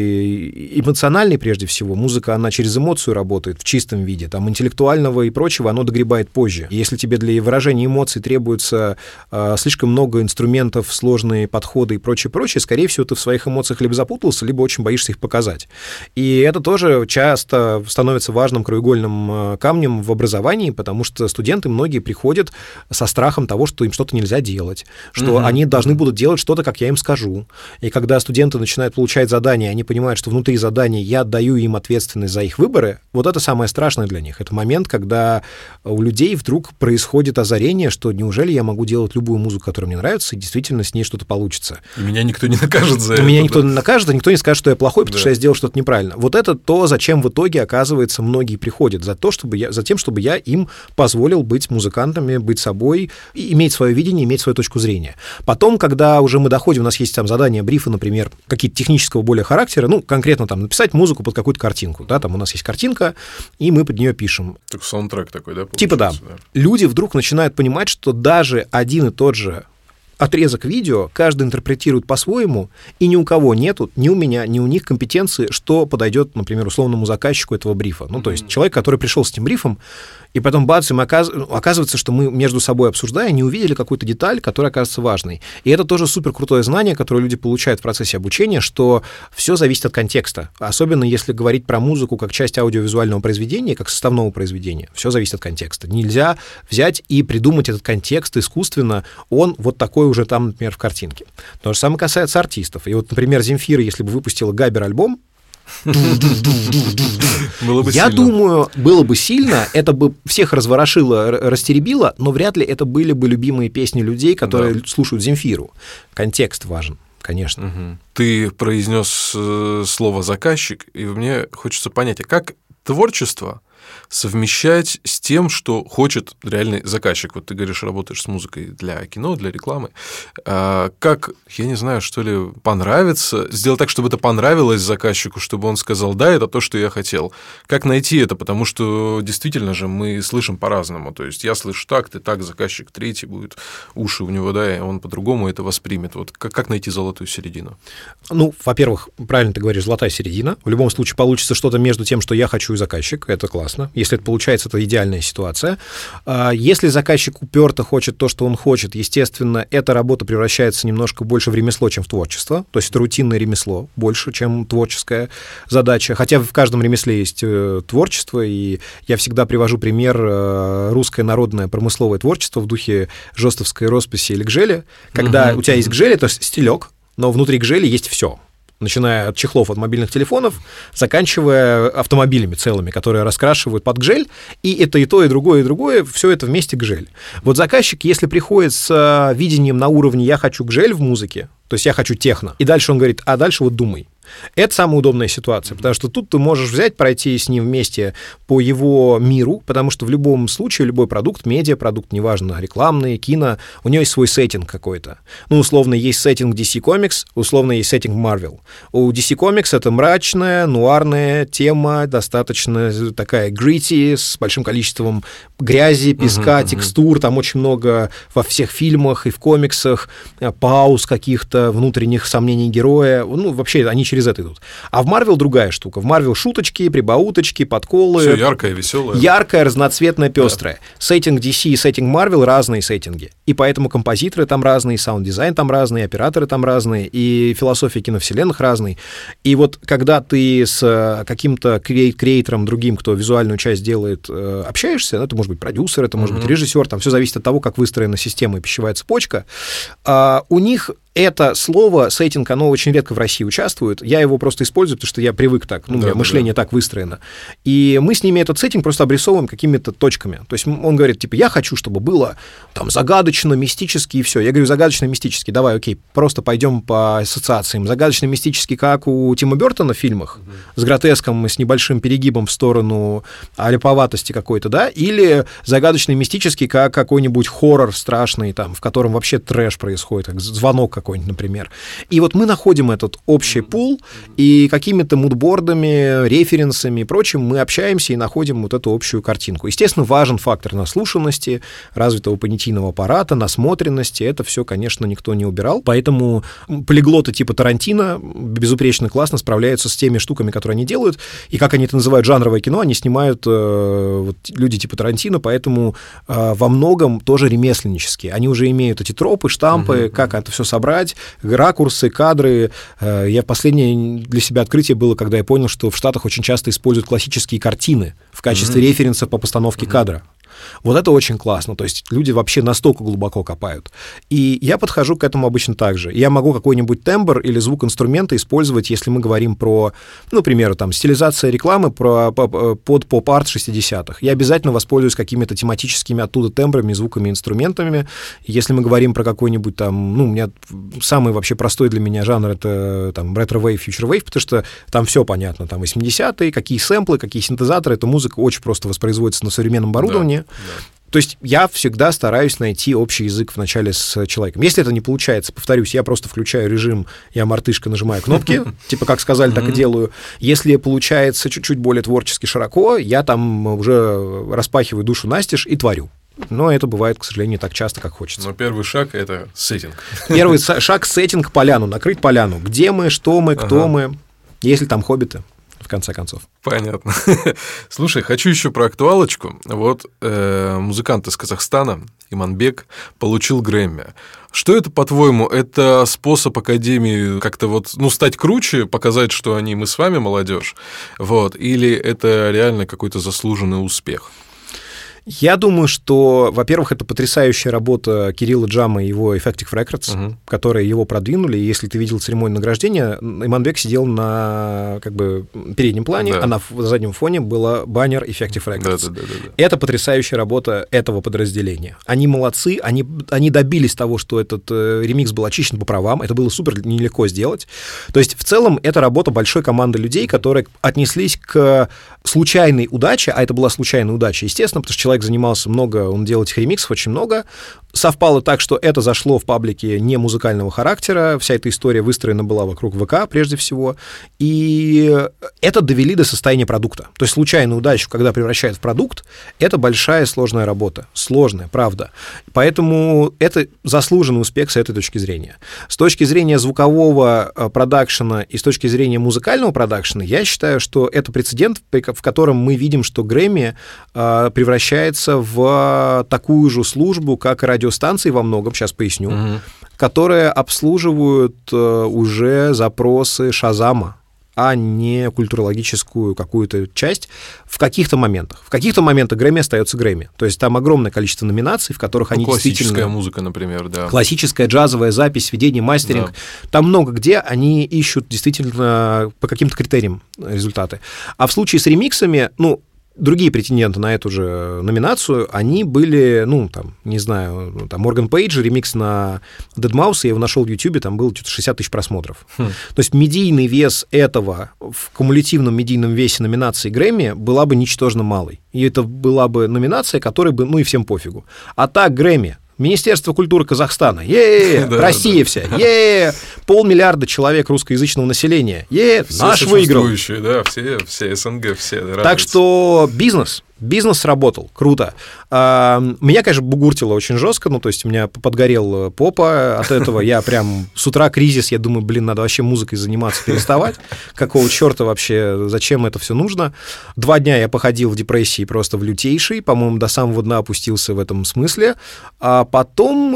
такой эмоциональный прежде всего. Музыка, она через эмоцию работает в чистом виде. Там интеллектуального и прочего оно догребает позже. И если тебе для выражения эмоций требуется а, слишком много инструментов, сложные подходы и прочее, прочее, скорее всего, ты в своих эмоциях либо запутался, либо очень боишься их показать. И это тоже часто становится важным краеугольным камнем в образовании, потому что студенты многие приходят со страхом того, что им что-то нельзя делать, что uh-huh. они должны будут делать что-то, как я им скажу. И когда студенты начинают получать задания, они понимают, что внутри задания я отдаю им ответственность за их выборы, вот это самое страшное для них. Это момент, когда у людей вдруг происходит озарение, что неужели я могу делать любую музыку, которая мне нравится, и действительно с ней что-то получится. И меня никто не накажет за и это. Меня никто да? не накажет, а никто не скажет, что я плохой, потому да. что я сделал что-то неправильно. Вот это то, зачем в итоге, оказывается, многие приходят. За, то, чтобы я, за тем, чтобы я им позволил быть музыкантами, быть собой, и иметь свое видение, иметь свою точку зрения. Потом, когда уже мы доходим, у нас есть там задания, брифы, например, какие-то технического более характера, ну, конкретно там написать музыку под какую-то картинку, да, там у нас есть картинка, и мы под нее пишем. Так саундтрек такой, да? Типа да. да. Люди вдруг начинают понимать, что даже один и тот же отрезок видео каждый интерпретирует по-своему, и ни у кого нету, ни у меня, ни у них компетенции, что подойдет, например, условному заказчику этого брифа. Ну, то есть человек, который пришел с этим брифом, и потом бац, им оказ... оказывается, что мы между собой обсуждая, не увидели какую-то деталь, которая окажется важной. И это тоже супер крутое знание, которое люди получают в процессе обучения, что все зависит от контекста. Особенно если говорить про музыку как часть аудиовизуального произведения, как составного произведения. Все зависит от контекста. Нельзя взять и придумать этот контекст искусственно, он вот такой уже там, например, в картинке. То же самое касается артистов. И вот, например, Земфира, если бы выпустила Габер-альбом, было бы я сильно. думаю, было бы сильно, это бы всех разворошило, растеребило, но вряд ли это были бы любимые песни людей, которые да. слушают Земфиру. Контекст важен, конечно. Угу. Ты произнес слово «заказчик», и мне хочется понять, а как творчество совмещать с тем, что хочет реальный заказчик. Вот ты говоришь, работаешь с музыкой для кино, для рекламы. А как, я не знаю, что ли, понравится, сделать так, чтобы это понравилось заказчику, чтобы он сказал, да, это то, что я хотел. Как найти это? Потому что действительно же мы слышим по-разному. То есть я слышу так, ты так, заказчик третий будет, уши у него, да, и он по-другому это воспримет. Вот как, как найти золотую середину? Ну, во-первых, правильно ты говоришь, золотая середина. В любом случае получится что-то между тем, что я хочу, и заказчик. Это классно. Если это получается, это идеальная ситуация. Если заказчик уперто хочет то, что он хочет, естественно, эта работа превращается немножко больше в ремесло, чем в творчество. То есть это рутинное ремесло больше, чем творческая задача. Хотя в каждом ремесле есть творчество, и я всегда привожу пример русское народное промысловое творчество в духе жестовской росписи или гжели, когда uh-huh. у тебя есть гжели, то есть стилек, но внутри гжели есть все. Начиная от чехлов от мобильных телефонов, заканчивая автомобилями целыми, которые раскрашивают под гжель, и это и то, и другое, и другое, все это вместе гжель. Вот заказчик, если приходит с видением на уровне «я хочу гжель в музыке», то есть я хочу техно, и дальше он говорит, а дальше вот думай. Это самая удобная ситуация, потому что тут ты можешь взять, пройти с ним вместе по его миру, потому что в любом случае любой продукт, медиапродукт, неважно, рекламный, кино, у него есть свой сеттинг какой-то. Ну, условно, есть сеттинг ди си Comics, условно, есть сеттинг Marvel. У ди си Comics это мрачная, нуарная тема, достаточно такая gritty, с большим количеством грязи, песка, uh-huh, текстур, uh-huh. там очень много во всех фильмах и в комиксах, пауз каких-то, внутренних сомнений героя, ну, вообще, они через это идут. А в Marvel другая штука. В Marvel шуточки, прибауточки, подколы. Все яркое, веселое. Яркое, разноцветное, пестрое. Да. Сеттинг ди си и сеттинг Marvel разные сеттинги. И поэтому композиторы там разные, саунд-дизайн там разный, операторы там разные, и философия киновселенных разные. И вот когда ты с каким-то креатором другим, кто визуальную часть делает, общаешься, это может быть продюсер, это может mm-hmm. быть режиссер, там все зависит от того, как выстроена система и пищевая цепочка, а у них это слово, сеттинг, оно очень редко в России участвует. Я его просто использую, потому что я привык так, ну, да, у меня да, мышление да. так выстроено. И мы с ними этот сеттинг просто обрисовываем какими-то точками. То есть он говорит, типа, я хочу, чтобы было там загадочно, мистически и все. Я говорю, загадочно, мистически, давай, окей, просто пойдем по ассоциациям. Загадочно, мистически, как у Тима Бёртона в фильмах, угу. с гротеском и с небольшим перегибом в сторону аляповатости какой-то, да, или загадочно, мистически, как какой-нибудь хоррор страшный, там, в котором вообще трэш происходит, как звонок какой какой-нибудь, например. И вот мы находим этот общий пул, и какими-то мудбордами, референсами и прочим мы общаемся и находим вот эту общую картинку. Естественно, важен фактор наслушанности, развитого понятийного аппарата, насмотренности. Это все, конечно, никто не убирал. Поэтому полиглоты типа Тарантино безупречно классно справляются с теми штуками, которые они делают. И как они это называют, жанровое кино, они снимают э, вот, люди типа Тарантино, поэтому э, во многом тоже ремесленнические. Они уже имеют эти тропы, штампы, uh-huh. как это все собрать, ракурсы, кадры. Я последнее для себя открытие было, когда я понял, что в Штатах очень часто используют классические картины в качестве mm-hmm. референса по постановке mm-hmm. кадра. Вот это очень классно, то есть люди вообще настолько глубоко копают. И я подхожу к этому обычно так же. Я могу какой-нибудь тембр или звук инструмента использовать, если мы говорим про, ну, к примеру, там, стилизация рекламы про, под поп-арт шестидесятых. Я обязательно воспользуюсь какими-то тематическими оттуда тембрами, звуками, инструментами. Если мы говорим про какой-нибудь там, ну, у меня самый вообще простой для меня жанр — это там ретро-вейв, фьючер-вейв, потому что там все понятно, там восьмидесятые, какие сэмплы, какие синтезаторы, эта музыка очень просто воспроизводится на современном оборудовании. Да. Да. То есть я всегда стараюсь найти общий язык вначале с человеком. Если это не получается, повторюсь, я просто включаю режим, я мартышка, нажимаю кнопки, типа как сказали, так и делаю. Если получается чуть-чуть более творчески широко, я там уже распахиваю душу настежь и творю. Но это бывает, к сожалению, не так часто, как хочется. Но первый шаг — это сеттинг. Первый шаг — сеттинг, поляну, накрыть поляну. Где мы, что мы, кто ага. мы, если там хоббиты. В конце концов. Понятно. Слушай, хочу еще про актуалочку. Вот э, музыкант из Казахстана Иманбек получил Грэмми. Что это, по-твоему, это способ Академии как-то вот, ну, стать круче, показать, что они, мы с вами молодежь, вот, или это реально какой-то заслуженный успех? Я думаю, что, во-первых, это потрясающая работа Кирилла Джама и его Effective Records, угу. которые его продвинули. Если ты видел церемонию награждения, Иманбек сидел на как бы переднем плане, да. а на заднем фоне был баннер Effective Records. Да, да, да, да, да. Это потрясающая работа этого подразделения. Они молодцы, они, они добились того, что этот э, ремикс был очищен по правам. Это было супер нелегко сделать. То есть, в целом, это работа большой команды людей, которые отнеслись к случайной удаче, а это была случайная удача, естественно, потому что человек занимался много, он делал этих ремиксов очень много. Совпало так, что это зашло в паблике не музыкального характера, вся эта история выстроена была вокруг ВК прежде всего, и это довели до состояния продукта. То есть случайную удачу, когда превращают в продукт, это большая сложная работа, сложная, правда. Поэтому это заслуженный успех с этой точки зрения. С точки зрения звукового продакшена и с точки зрения музыкального продакшена, я считаю, что это прецедент, в котором мы видим, что Грэмми превращается в такую же службу, как и радиостанции во многом, сейчас поясню, угу. которые обслуживают уже запросы Шазама, а не культурологическую какую-то часть в каких-то моментах. В каких-то моментах Грэмми остается Грэмми. То есть там огромное количество номинаций, в которых ну, они классическая действительно... Классическая музыка, например, да. Классическая джазовая запись, сведение, мастеринг. Да. Там много где они ищут действительно по каким-то критериям результаты. А в случае с ремиксами, ну, другие претенденты на эту же номинацию, они были, ну, там, не знаю, там, Морган Пейдж, ремикс на Deadmau5, я его нашел в Ютубе, там было что-то шестьдесят тысяч просмотров. Хм. То есть медийный вес этого в кумулятивном медийном весе номинации Грэмми была бы ничтожно малой. И это была бы номинация, которой бы, ну, и всем пофигу. А так Грэмми, Министерство культуры Казахстана, е Россия вся, е полмиллиарда человек русскоязычного населения, е наш выиграл. Да, все, все СНГ, все радуются. Так что бизнес, бизнес сработал, круто. А, меня, конечно, бугуртило очень жестко, ну, то есть у меня подгорел попа от этого, я прям с утра кризис, я думаю, блин, надо вообще музыкой заниматься, переставать, какого черта вообще, зачем это все нужно. Два дня я походил в депрессии просто в лютейшей, по-моему, до самого дна опустился в этом смысле, а потом,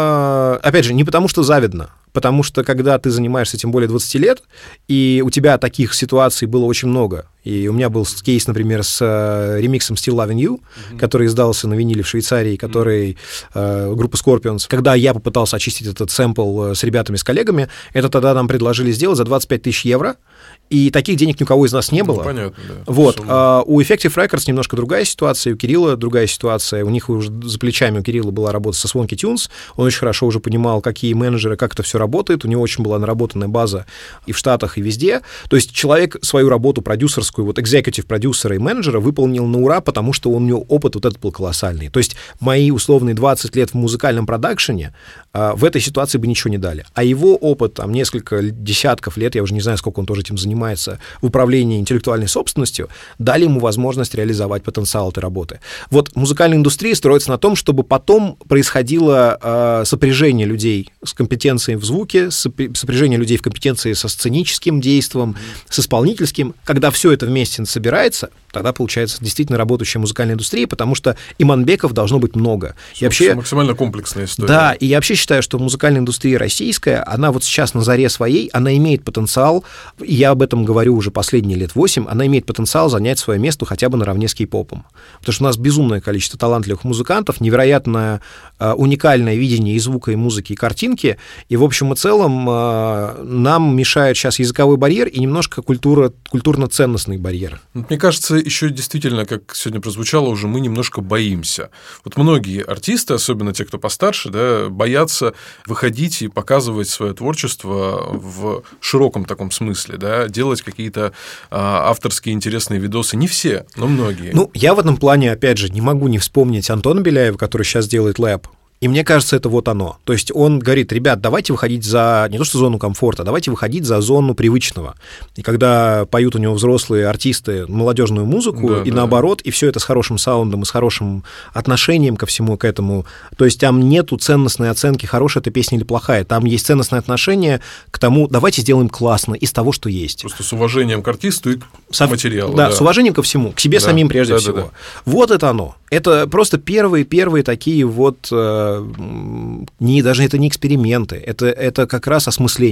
опять же, не потому что завидно, потому что когда ты занимаешься тем более двадцать лет, и у тебя таких ситуаций было очень много, и у меня был кейс, например, с э, ремиксом Still Loving You, mm-hmm. который издался на виниле в Швейцарии, который э, группа Scorpions. Когда я попытался очистить этот сэмпл с ребятами, с коллегами, это тогда нам предложили сделать за двадцать пять тысяч евро, и таких денег ни у кого из нас не было. Ну, понятно, да. Вот. А у Effective Records немножко другая ситуация, у Кирилла другая ситуация. У них уже за плечами у Кирилла была работа со Swanky Tunes, он очень хорошо уже понимал, какие менеджеры, как это все работает, у него очень была наработанная база и в Штатах, и везде. То есть человек свою работу продюсерскую, вот executive продюсера и менеджера выполнил на ура, потому что у него опыт вот этот был колоссальный. То есть мои условные двадцать лет в музыкальном продакшене а, в этой ситуации бы ничего не дали. А его опыт, там, несколько десятков лет, я уже не знаю, сколько он тоже этим занимается, в управлении интеллектуальной собственностью, дали ему возможность реализовать потенциал этой работы. Вот музыкальная индустрия строится на том, чтобы потом происходило э, сопряжение людей с компетенцией в звуке, сопряжение людей в компетенции со сценическим действием, с исполнительским. Когда все это вместе собирается, тогда получается действительно работающая музыкальная индустрия, потому что иманбеков должно быть много. И вообще, максимально комплексная история. Да, и я вообще считаю, что музыкальная индустрия российская, она вот сейчас на заре своей, она имеет потенциал, и я об этом говорю уже последние лет восемь, она имеет потенциал занять свое место хотя бы наравне с кей-попом. Потому что у нас безумное количество талантливых музыкантов, невероятное э, уникальное видение и звука, и музыки, и картинки, и в общем и целом э, нам мешает сейчас языковой барьер и немножко культура, культурно-ценностный барьер. Мне кажется, еще действительно, как сегодня прозвучало уже, мы немножко боимся. Вот многие артисты, особенно те, кто постарше, да, боятся выходить и показывать свое творчество в широком таком смысле, да, делать какие-то а, авторские интересные видосы. Не все, но многие. Ну, я в этом плане, опять же, не могу не вспомнить Антона Беляева, который сейчас делает лэп. И мне кажется, это вот оно. То есть он говорит: ребят, давайте выходить за не то что зону комфорта, давайте выходить за зону привычного. И когда поют у него взрослые артисты молодежную музыку, да, и да. наоборот, и все это с хорошим саундом и с хорошим отношением ко всему к этому, то есть там нету ценностной оценки, хорошая эта песня или плохая, там есть ценностное отношение к тому, давайте сделаем классно из того, что есть. Просто с уважением к артисту и к Со... материалу. Да, да, с уважением ко всему, к себе да, самим прежде да, всего. Да, да. Вот это оно. Это просто первые-первые такие вот, не, даже это не эксперименты, это, это как раз осмысление.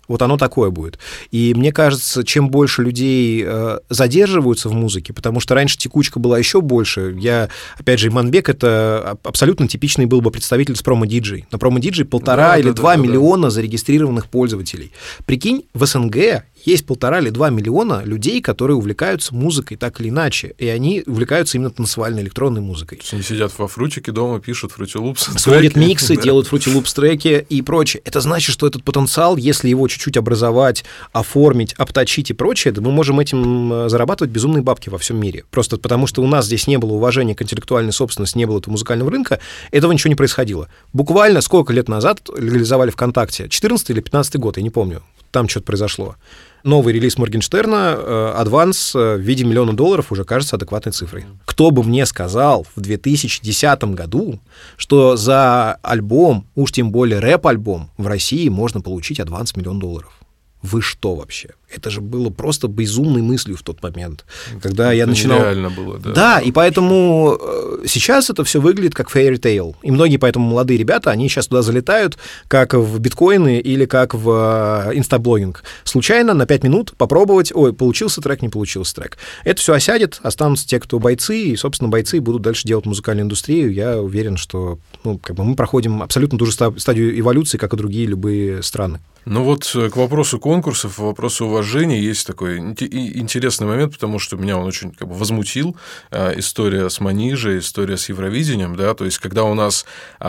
Вот оно такое будет. И мне кажется, чем больше людей э, задерживаются в музыке, потому что раньше текучка была еще больше. Я, опять же, Иманбек — это абсолютно типичный был бы представитель с промо-диджей. На промо-диджей полтора да, или да, два да, миллиона да. зарегистрированных пользователей. Прикинь, в СНГ есть полтора или два миллиона людей, которые увлекаются музыкой так или иначе, и они увлекаются именно танцевальной электронной музыкой. То есть они сидят во фрутике дома, пишут Fruity Loops, сводят миксы, да. делают Fruity Loops треки и прочее. Это значит, что этот потенциал, если его чуть-чуть образовать, оформить, обточить и прочее, да мы можем этим зарабатывать безумные бабки во всем мире. Просто потому, что у нас здесь не было уважения к интеллектуальной собственности, не было этого музыкального рынка, этого ничего не происходило. Буквально сколько лет назад легализовали ВКонтакте? четырнадцатый или пятнадцатый год, я не помню. Там что-то произошло. Новый релиз Моргенштерна, адванс в виде миллиона долларов уже кажется адекватной цифрой. Кто бы мне сказал в две тысячи десятом году, что за альбом, уж тем более рэп-альбом, в России можно получить адванс миллион долларов? Вы что вообще? Это же было просто безумной мыслью в тот момент, когда я начинал... Нереально было, да. Да, и поэтому сейчас это все выглядит как fairy tale. И многие поэтому молодые ребята, они сейчас туда залетают, как в биткоины или как в инстаблогинг. Случайно на пять минут попробовать, ой, получился трек, не получился трек. Это все осядет, останутся те, кто бойцы, и, собственно, бойцы будут дальше делать музыкальную индустрию. Я уверен, что ну, как бы мы проходим абсолютно ту же стадию эволюции, как и другие любые страны. Ну вот к вопросу конкурсов, к вопросу уважения есть такой интересный момент, потому что меня он очень как бы возмутил. История с Манижей, история с Евровидением, да, то есть когда у нас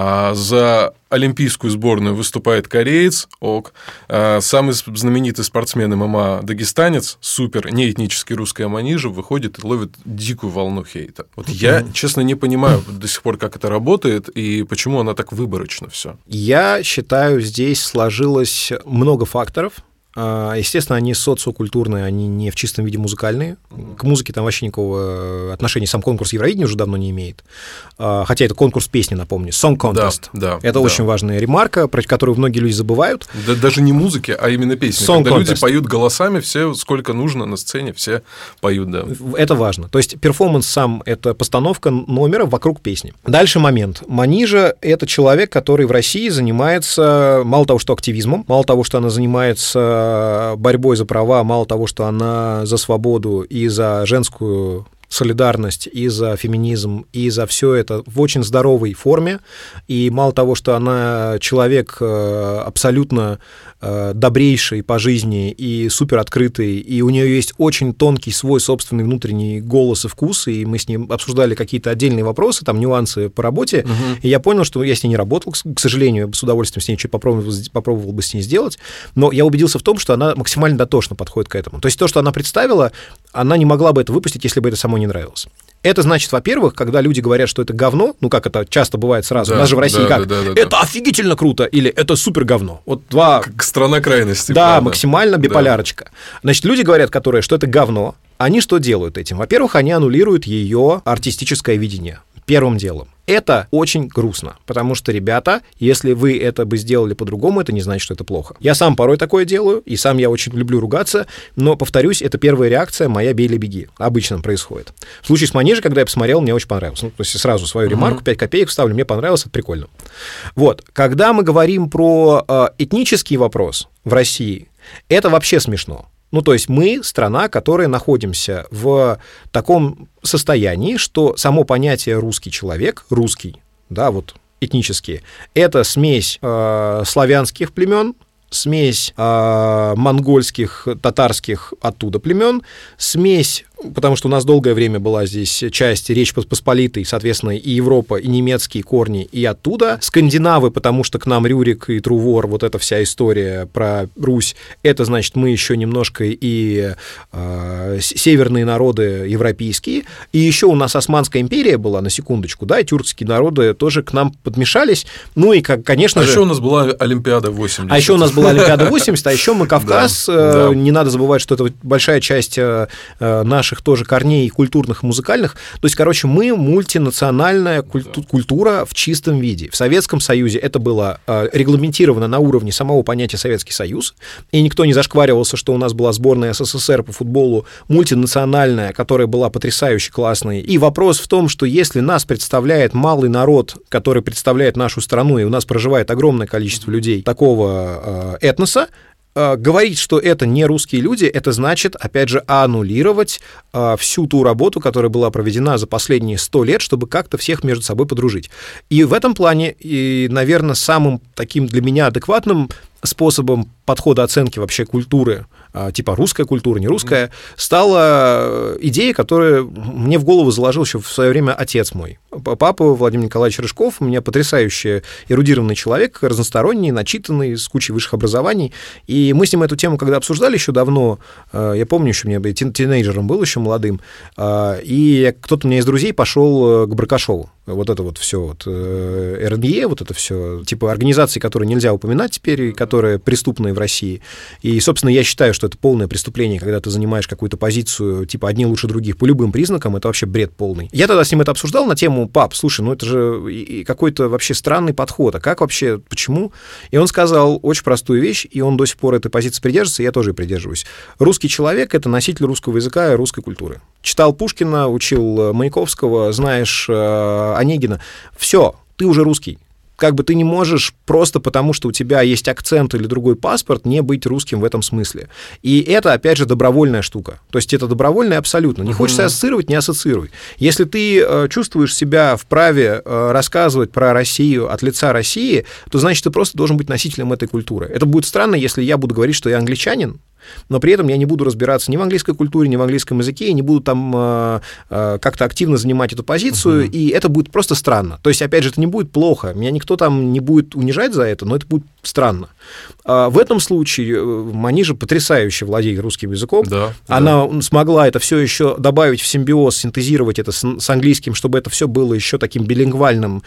за олимпийскую сборную выступает кореец, ок, самый знаменитый спортсмен ММА дагестанец, супер, неэтнический русский Манижа, выходит и ловит дикую волну хейта. Вот я, честно, не понимаю до сих пор, как это работает и почему она так выборочно все. Я считаю, здесь сложилось много факторов. Естественно, они социокультурные, они не в чистом виде музыкальные. К музыке там вообще никакого отношения сам конкурс Евровидения уже давно не имеет. Хотя это конкурс песни, напомню, Song Contest. Да, да, это да. очень важная ремарка, про которую многие люди забывают. Да, даже не музыки, а именно песни. Song Когда contest. Люди поют голосами, все, сколько нужно на сцене, все поют, да. Это важно. То есть перформанс сам — это постановка номера вокруг песни. Дальше момент. Манижа — это человек, который в России занимается мало того, что активизмом, мало того, что она занимается борьбой за права, мало того, что она за свободу и за женскую солидарность, и за феминизм, и за все это в очень здоровой форме. И мало того, что она человек абсолютно добрейший по жизни и супер открытый, и у нее есть очень тонкий свой собственный внутренний голос и вкус, и мы с ним обсуждали какие-то отдельные вопросы, там нюансы по работе, uh-huh. и я понял, что я с ней не работал, к сожалению, с удовольствием с ней что-то попробовал, попробовал бы с ней сделать, но я убедился в том, что она максимально дотошно подходит к этому. То есть то, что она представила, она не могла бы это выпустить, если бы это самой не нравилось. Это значит, во-первых, когда люди говорят, что это говно, ну, как это часто бывает сразу, да, у нас же в России да, как, да, да, да, это да. офигительно круто, или это супер говно. Вот два... Как страна крайностей. Да, правда. Максимально биполярочка. Да. Значит, люди говорят, которые, что это говно, они что делают этим? Во-первых, они аннулируют ее артистическое видение. Первым делом. Это очень грустно, потому что, ребята, если вы это бы сделали по-другому, это не значит, что это плохо. Я сам порой такое делаю, и сам я очень люблю ругаться, но, повторюсь, это первая реакция моя «бей или беги». Обычно происходит. В случае с Манижей, когда я посмотрел, мне очень понравилось. Ну, то есть сразу свою ремарку, пять копеек вставлю, мне понравилось, это прикольно. Вот. Когда мы говорим про э, этнический вопрос в России, это вообще смешно. Ну, то есть мы страна, которая находимся в таком состоянии, что само понятие «русский человек», русский, да, вот этнические, это смесь э, славянских племен, смесь э, монгольских, татарских оттуда племен, смесь, потому что у нас долгое время была здесь часть Речи Посполитой, соответственно, и Европа, и немецкие корни, и оттуда. Скандинавы, потому что к нам Рюрик и Трувор, вот эта вся история про Русь, это значит, мы еще немножко и э, северные народы европейские, и еще у нас Османская империя была, на секундочку, да, и тюркские народы тоже к нам подмешались, ну и, как, конечно а же... А еще у нас была Олимпиада восемьдесят. А еще у нас была Олимпиада восемьдесят, а еще мы Кавказ, да, да. Не надо забывать, что это большая часть наших тоже корней культурных и музыкальных. То есть, короче, мы мультинациональная культу- культура в чистом виде. В Советском Союзе это было регламентировано на уровне самого понятия Советский Союз, и никто не зашкваривался, что у нас была сборная СССР по футболу мультинациональная, которая была потрясающе классной. И вопрос в том, что если нас представляет малый народ, который представляет нашу страну, и у нас проживает огромное количество людей такого этноса, говорить, что это не русские люди, это значит, опять же, аннулировать э, всю ту работу, которая была проведена за последние сто лет, чтобы как-то всех между собой подружить. И в этом плане, и, наверное, самым таким для меня адекватным способом подхода оценки вообще культуры, типа русская культура, не русская, стала идея, которую мне в голову заложил еще в свое время отец мой. Папа Владимир Николаевич Рыжков, у меня потрясающий эрудированный человек, разносторонний, начитанный, с кучей высших образований. И мы с ним эту тему, когда обсуждали еще давно, я помню, еще мне тинейджером был, еще молодым, и кто-то у меня из друзей пошел к Баркашову. Вот это вот все, вот, эр эн е, вот это все, типа организации, которые нельзя упоминать теперь, которые преступные в России. И, собственно, я считаю, что это полное преступление, когда ты занимаешь какую-то позицию, типа, одни лучше других по любым признакам, это вообще бред полный. Я тогда с ним это обсуждал на тему: пап, слушай, ну это же какой-то вообще странный подход, а как вообще, почему? И он сказал очень простую вещь, и он до сих пор этой позиции придерживается, и я тоже придерживаюсь. Русский человек — это носитель русского языка и русской культуры. Читал Пушкина, учил Маяковского, знаешь Онегина. Все, ты уже русский. Как бы ты не можешь просто потому, что у тебя есть акцент или другой паспорт, не быть русским в этом смысле. И это, опять же, добровольная штука. То есть это добровольно абсолютно. Не хочешь ассоциировать — не ассоциируй. Если ты э, чувствуешь себя вправе э, рассказывать про Россию от лица России, то значит, ты просто должен быть носителем этой культуры. Это будет странно, если я буду говорить, что я англичанин, но при этом я не буду разбираться ни в английской культуре, ни в английском языке, и не буду там э, э, как-то активно занимать эту позицию, uh-huh. и это будет просто странно. То есть, опять же, это не будет плохо, меня никто там не будет унижать за это, но это будет странно. А в этом случае Мани же потрясающе владеет русским языком, да, она да. смогла это все еще добавить в симбиоз, синтезировать это с, с английским, чтобы это все было еще таким билингвальным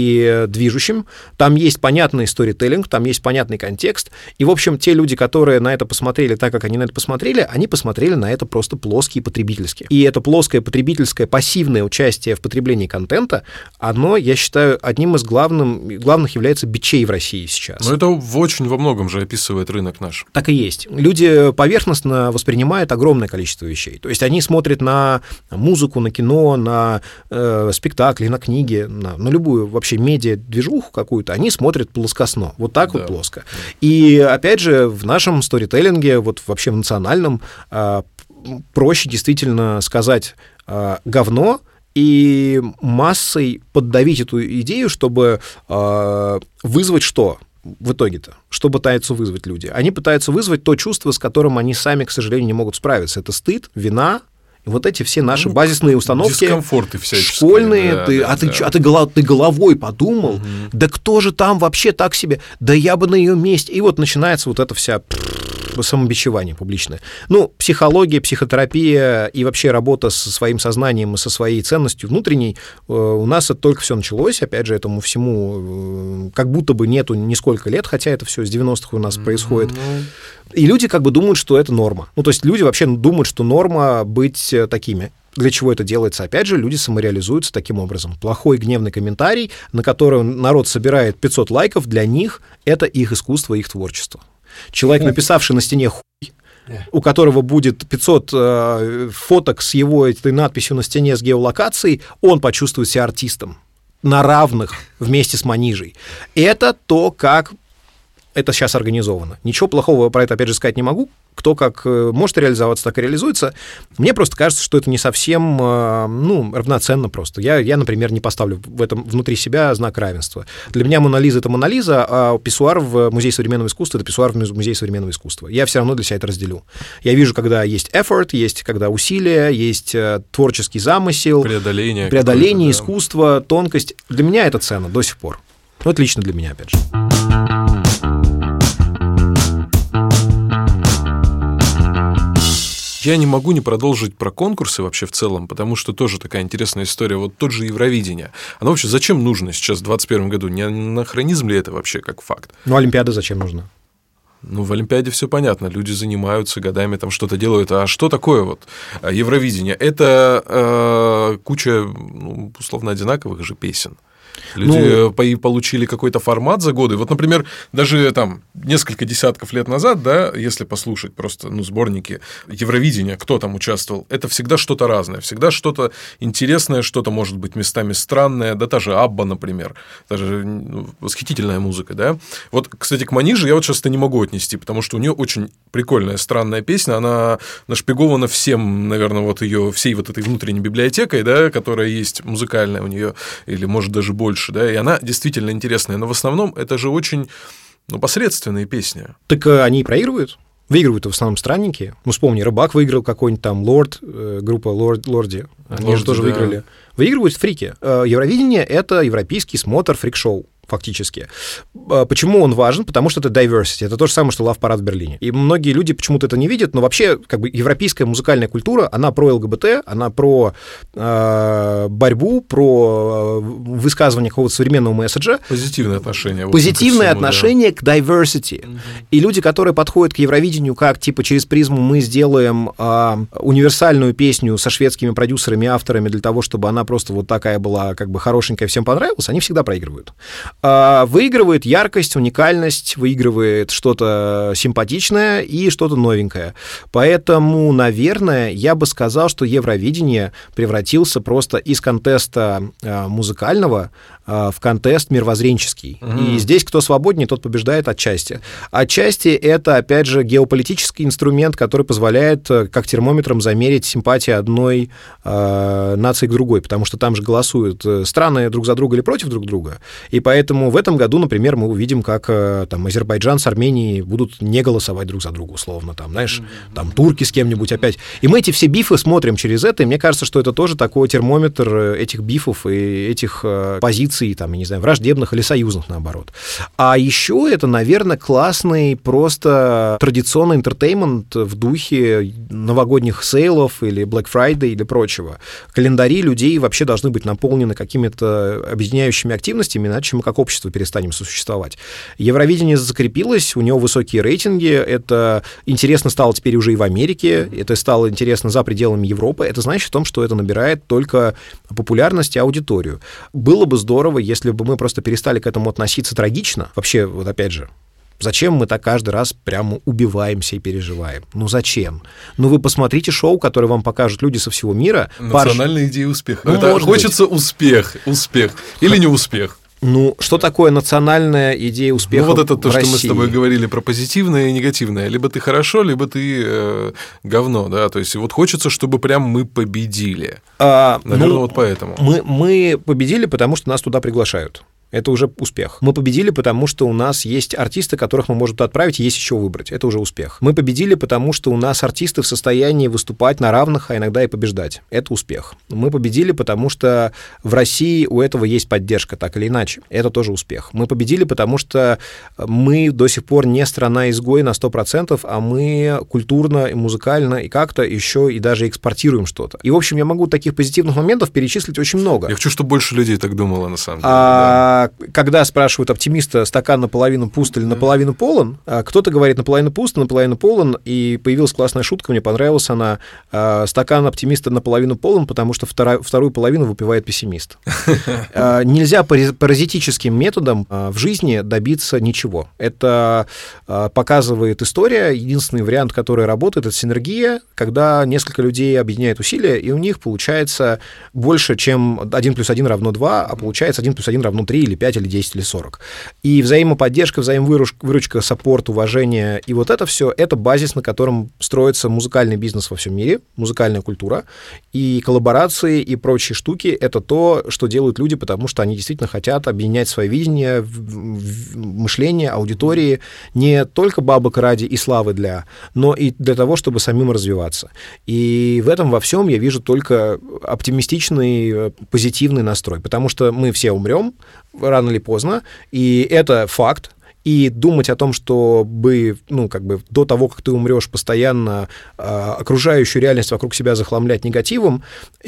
и движущим. Там есть понятный сторителлинг, там есть понятный контекст, и, в общем, те люди, которые на это посмотрели так, как они на это посмотрели, они посмотрели на это просто плоски и потребительски. И это плоское потребительское пассивное участие в потреблении контента, оно, я считаю, одним из главным, главных является бичей в России сейчас. Но это в очень во многом же описывает рынок наш. Так и есть. Люди поверхностно воспринимают огромное количество вещей. То есть они смотрят на музыку, на кино, на э, спектакли, на книги, на, на любую вообще медиа-движуху какую-то, они смотрят плоскостно, вот так да. вот плоско. И, опять же, в нашем сторителлинге, вот вообще в национальном, э, проще действительно сказать э, говно и массой поддавить эту идею, чтобы э, вызвать что? В итоге-то, что пытаются вызвать люди? Они пытаются вызвать то чувство, с которым они сами, к сожалению, не могут справиться. Это стыд, вина, и вот эти все наши ну, базисные установки. Дискомфорты всяческие. Школьные. Да, ты, да, а да. ты, а ты, голов, ты головой подумал, угу. да кто же там вообще так себе? Да я бы на ее месте. И вот начинается вот эта вся самобичевание публичное. Ну, психология, психотерапия и вообще работа со своим сознанием и со своей ценностью внутренней, у нас это только все началось, опять же, этому всему как будто бы нету нисколько лет, хотя это все с девяностых у нас mm-hmm. происходит. И люди как бы думают, что это норма. Ну, то есть люди вообще думают, что норма быть такими. Для чего это делается? Опять же, люди самореализуются таким образом. Плохой гневный комментарий, на который народ собирает пятьсот лайков, для них это их искусство, их творчество. Человек, написавший на стене «хуй», у которого будет пятьсот э, фоток с его этой надписью на стене с геолокацией, он почувствует себя артистом на равных вместе с Манижей. Это то, как это сейчас организовано. Ничего плохого про это, опять же, сказать не могу. Кто как может реализоваться, так и реализуется. Мне просто кажется, что это не совсем, ну, равноценно просто. Я, я, например, не поставлю в этом внутри себя знак равенства. Для меня Мона Лиза — это Мона Лиза, а писсуар в Музее современного искусства — это писсуар в Музее современного искусства. Я все равно для себя это разделю. Я вижу, когда есть effort, есть когда усилие, есть творческий замысел, преодоление, преодоление искусство, тонкость. Для меня это ценно до сих пор. Ну, это лично для меня, опять же. Я не могу не продолжить про конкурсы вообще в целом, потому что тоже такая интересная история. Вот тот же Евровидение. Оно вообще зачем нужно сейчас в двадцать первом году? Не анахронизм ли это вообще как факт? Ну, Олимпиада зачем нужна? Ну, в Олимпиаде все понятно. Люди занимаются годами, там что-то делают. А что такое вот Евровидение? Это э, куча, ну, условно, одинаковых же песен. Люди ну, получили какой-то формат за годы. Вот, например, даже там несколько десятков лет назад, да, если послушать просто ну, сборники Евровидения, кто там участвовал, это всегда что-то разное, всегда что-то интересное, что-то, может быть, местами странное, да, та же Абба, например, даже ну, восхитительная музыка, да. Вот, кстати, к Маниже я вот сейчас-то не могу отнести, потому что у нее очень прикольная, странная песня, она нашпигована всем, наверное, вот ее всей вот этой внутренней библиотекой, да, которая есть музыкальная у нее, или, может, даже больше, да, и она действительно интересная, но в основном это же очень ну, посредственные песни. Так они и проигрывают? Выигрывают в основном странники. Ну, вспомни, Рыбак выиграл какой-нибудь там, Лорд, группа Лорд, Лорди, они Лорди, же тоже да. выиграли. Выигрывают фрики. Евровидение — это европейский смотр фрик-шоу. Фактически. Почему он важен? Потому что это diversity. Это то же самое, что лав-парад в Берлине. И многие люди почему-то это не видят, но вообще как бы европейская музыкальная культура, она про ЛГБТ, она про э, борьбу, про высказывание какого-то современного месседжа. Позитивное отношение. Позитивное всему, отношение да. к diversity. Mm-hmm. И люди, которые подходят к Евровидению как, типа, через призму мы сделаем э, универсальную песню со шведскими продюсерами и авторами для того, чтобы она просто вот такая была как бы хорошенькая, всем понравилась, они всегда проигрывают. Выигрывает яркость, уникальность, выигрывает что-то симпатичное и что-то новенькое. Поэтому, наверное, я бы сказал, что Евровидение превратился просто из контеста музыкального в контест мировоззренческий. Mm-hmm. И здесь кто свободнее, тот побеждает отчасти. Отчасти это, опять же, геополитический инструмент, который позволяет как термометром замерить симпатии одной э, нации к другой, потому что там же голосуют страны друг за друга или против друг друга. И поэтому в этом году, например, мы увидим, как там Азербайджан с Арменией будут не голосовать друг за друга, условно, там, знаешь, mm-hmm. там турки с кем-нибудь опять. И мы эти все бифы смотрим через это, и мне кажется, что это тоже такой термометр этих бифов и этих позиций, там, я не знаю, враждебных или союзных, наоборот. А еще это, наверное, классный просто традиционный интертеймент в духе новогодних сейлов или Black Friday или прочего. Календари людей вообще должны быть наполнены какими-то объединяющими активностями, иначе мы как общество перестанем существовать. Евровидение закрепилось, у него высокие рейтинги, это интересно стало теперь уже и в Америке, это стало интересно за пределами Европы, это значит в том, что это набирает только популярность и аудиторию. Было бы здорово, если бы мы просто перестали к этому относиться трагично. Вообще, вот опять же, зачем мы так каждый раз прямо убиваемся и переживаем? Ну зачем? Ну вы посмотрите шоу, которое вам покажут люди со всего мира. Национальная Парш... идея успеха. Ну, это хочется быть. успех, успех или не успех. Ну, что такое национальная идея успеха? Ну, вот это то, в что России? Мы с тобой говорили про позитивное и негативное. Либо ты хорошо, либо ты э, говно, да. То есть, вот хочется, чтобы прям мы победили. А, Наверное, ну, вот поэтому. Мы, мы победили, потому что нас туда приглашают. Это уже успех. Мы победили, потому что у нас есть артисты, которых мы можем туда отправить, и есть еще выбрать. Это уже успех. Мы победили, потому что у нас артисты в состоянии выступать на равных, а иногда и побеждать. Это успех. Мы победили, потому что в России у этого есть поддержка, так или иначе. Это тоже успех. Мы победили, потому что мы до сих пор не страна-изгой на сто процентов, а мы культурно и музыкально и как-то еще и даже экспортируем что-то. И, в общем, я могу таких позитивных моментов перечислить очень много. Я хочу, чтобы больше людей так думало, на самом деле. А... Да. Когда спрашивают оптимиста, стакан наполовину пуст или наполовину полон, кто-то говорит наполовину пуст, наполовину полон, и появилась классная шутка, мне понравилась она, стакан оптимиста наполовину полон, потому что вторая, вторую половину выпивает пессимист. Нельзя паразитическим методом в жизни добиться ничего. Это показывает история. Единственный вариант, который работает, это синергия, когда несколько людей объединяют усилия, и у них получается больше, чем один плюс один равно два, а получается один плюс один равно три или пять, или десять, или сорок. И взаимоподдержка, взаимовыручка, саппорт, уважение, и вот это все, это базис, на котором строится музыкальный бизнес во всем мире, музыкальная культура, и коллаборации, и прочие штуки, это то, что делают люди, потому что они действительно хотят объединять свое видение, мышление, аудитории, не только бабок ради и славы для, но и для того, чтобы самим развиваться. И в этом во всем я вижу только оптимистичный, позитивный настрой, потому что мы все умрем, рано или поздно, и это факт, и думать о том, чтобы, ну, как бы до того, как ты умрешь, постоянно э, окружающую реальность вокруг себя захламлять негативом,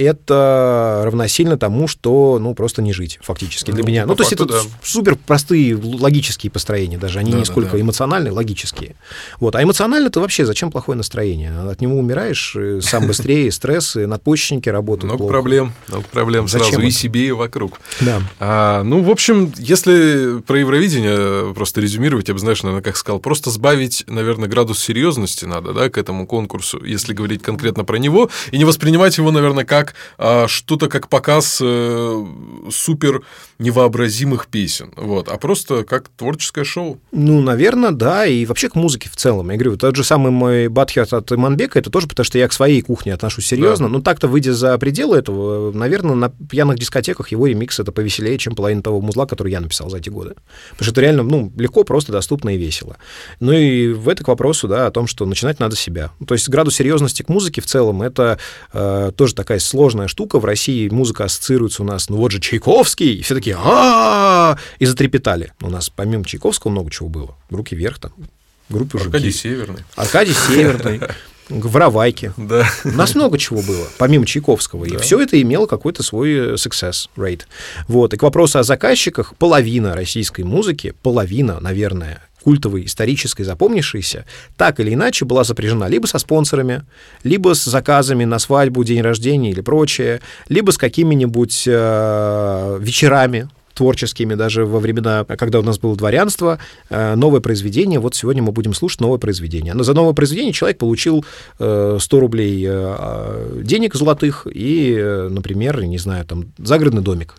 это равносильно тому, что, ну, просто не жить, фактически, для ну, меня. Ну, то факту, есть это да. супер простые логические построения даже, они да, не сколько да, да. эмоциональные, логические. Вот. А эмоционально ты вообще зачем плохое настроение? От него умираешь сам быстрее, стресс, и надпочечники работают много плохо. проблем, много проблем зачем сразу это? И себе, и вокруг. Да. А, ну, в общем, если про Евровидение просто резюмировать, я бы, знаешь, наверное, как сказал, просто сбавить, наверное, градус серьезности надо, да, к этому конкурсу, если говорить конкретно про него, и не воспринимать его, наверное, как а, что-то, как показ а, супер невообразимых песен, вот, а просто как творческое шоу. Ну, наверное, да, и вообще к музыке в целом. Я говорю, тот же самый мой Батхерт от Иманбека, это тоже потому, что я к своей кухне отношусь серьезно, да. Но так-то, выйдя за пределы этого, наверное, на пьяных дискотеках его ремикс это повеселее, чем половина того музла, который я написал за эти годы. Потому что это реально, ну, легко, просто, доступно и весело. Ну и в это к вопросу, да, о том, что начинать надо с себя. То есть градус серьезности к музыке в целом это э, тоже такая сложная штука. В России музыка ассоциируется у нас, ну вот же Чайковский, и все такие а и затрепетали. У нас помимо Чайковского много чего было. Руки вверх там, группы Жуки. Аркадий Северный. Аркадий Северный. Воровайки. Да. У нас много чего было, помимо Чайковского. Да. И все это имело какой-то свой success rate. Вот. И к вопросу о заказчиках, половина российской музыки, половина, наверное, культовой, исторической, запомнившейся, так или иначе была сопряжена либо со спонсорами, либо с заказами на свадьбу, день рождения или прочее, либо с какими-нибудь э, вечерами творческими, даже во времена, когда у нас было дворянство, новое произведение, вот сегодня мы будем слушать новое произведение. Но за новое произведение человек получил сто рублей денег золотых и, например, не знаю, там, загородный домик.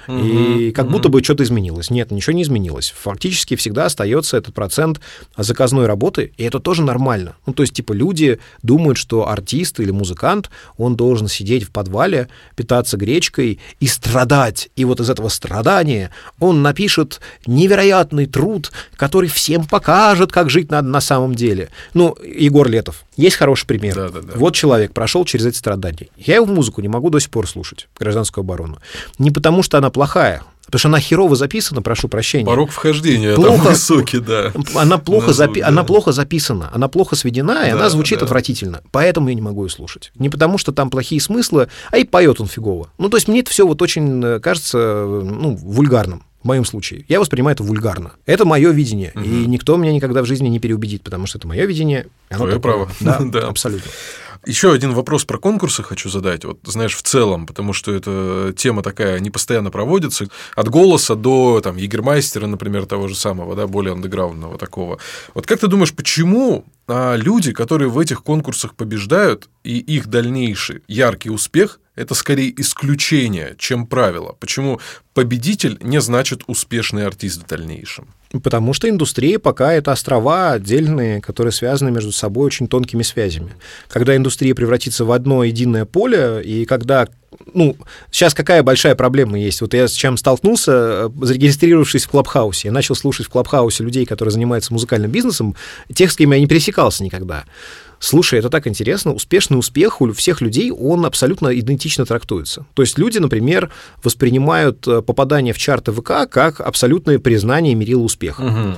И как будто бы что-то изменилось. Нет, ничего не изменилось. Фактически всегда остается этот процент заказной работы, и это тоже нормально. Ну, то есть, типа, люди думают, что артист или музыкант, он должен сидеть в подвале, питаться гречкой и страдать. И вот из этого страдания он напишет невероятный труд, который всем покажет, как жить надо на самом деле. Ну, Егор Летов. Есть хороший пример. Да, да, да. Вот человек прошел через эти страдания. Я его музыку не могу до сих пор слушать, «Гражданскую оборону». Не потому, что она плохая, потому что она херово записана, прошу прощения. Порог вхождения плохо, там высокий, да. Она плохо, запи- да. она плохо записана, она плохо сведена, и да, она звучит да. отвратительно. Поэтому я не могу ее слушать. Не потому, что там плохие смыслы, а и поет он фигово. Ну, то есть мне это все вот очень кажется, ну, вульгарным. В моем случае. Я воспринимаю это вульгарно. Это мое видение. Угу. И никто меня никогда в жизни не переубедит, потому что это мое видение. Твое право. Да, да, абсолютно. Еще один вопрос про конкурсы хочу задать. Вот, знаешь, в целом, потому что эта тема такая не постоянно проводится. От «Голоса» до там, «Егермайстера», например, того же самого, да, более андеграундного такого. Вот как ты думаешь, почему а, люди, которые в этих конкурсах побеждают, и их дальнейший яркий успех – это скорее исключение, чем правило? Почему победитель не значит успешный артист в дальнейшем? Потому что индустрия пока это острова отдельные, которые связаны между собой очень тонкими связями. Когда индустрия превратится в одно единое поле, и когда... Ну, сейчас какая большая проблема есть? Вот я с чем столкнулся, зарегистрировавшись в Клабхаусе. Я начал слушать в Клабхаусе людей, которые занимаются музыкальным бизнесом, тех, с кем я не пересекался никогда. Слушай, это так интересно. Успешный успех у всех людей, он абсолютно идентично трактуется. То есть люди, например, воспринимают попадание в чарты ВК как абсолютное признание мерила успеха. Угу.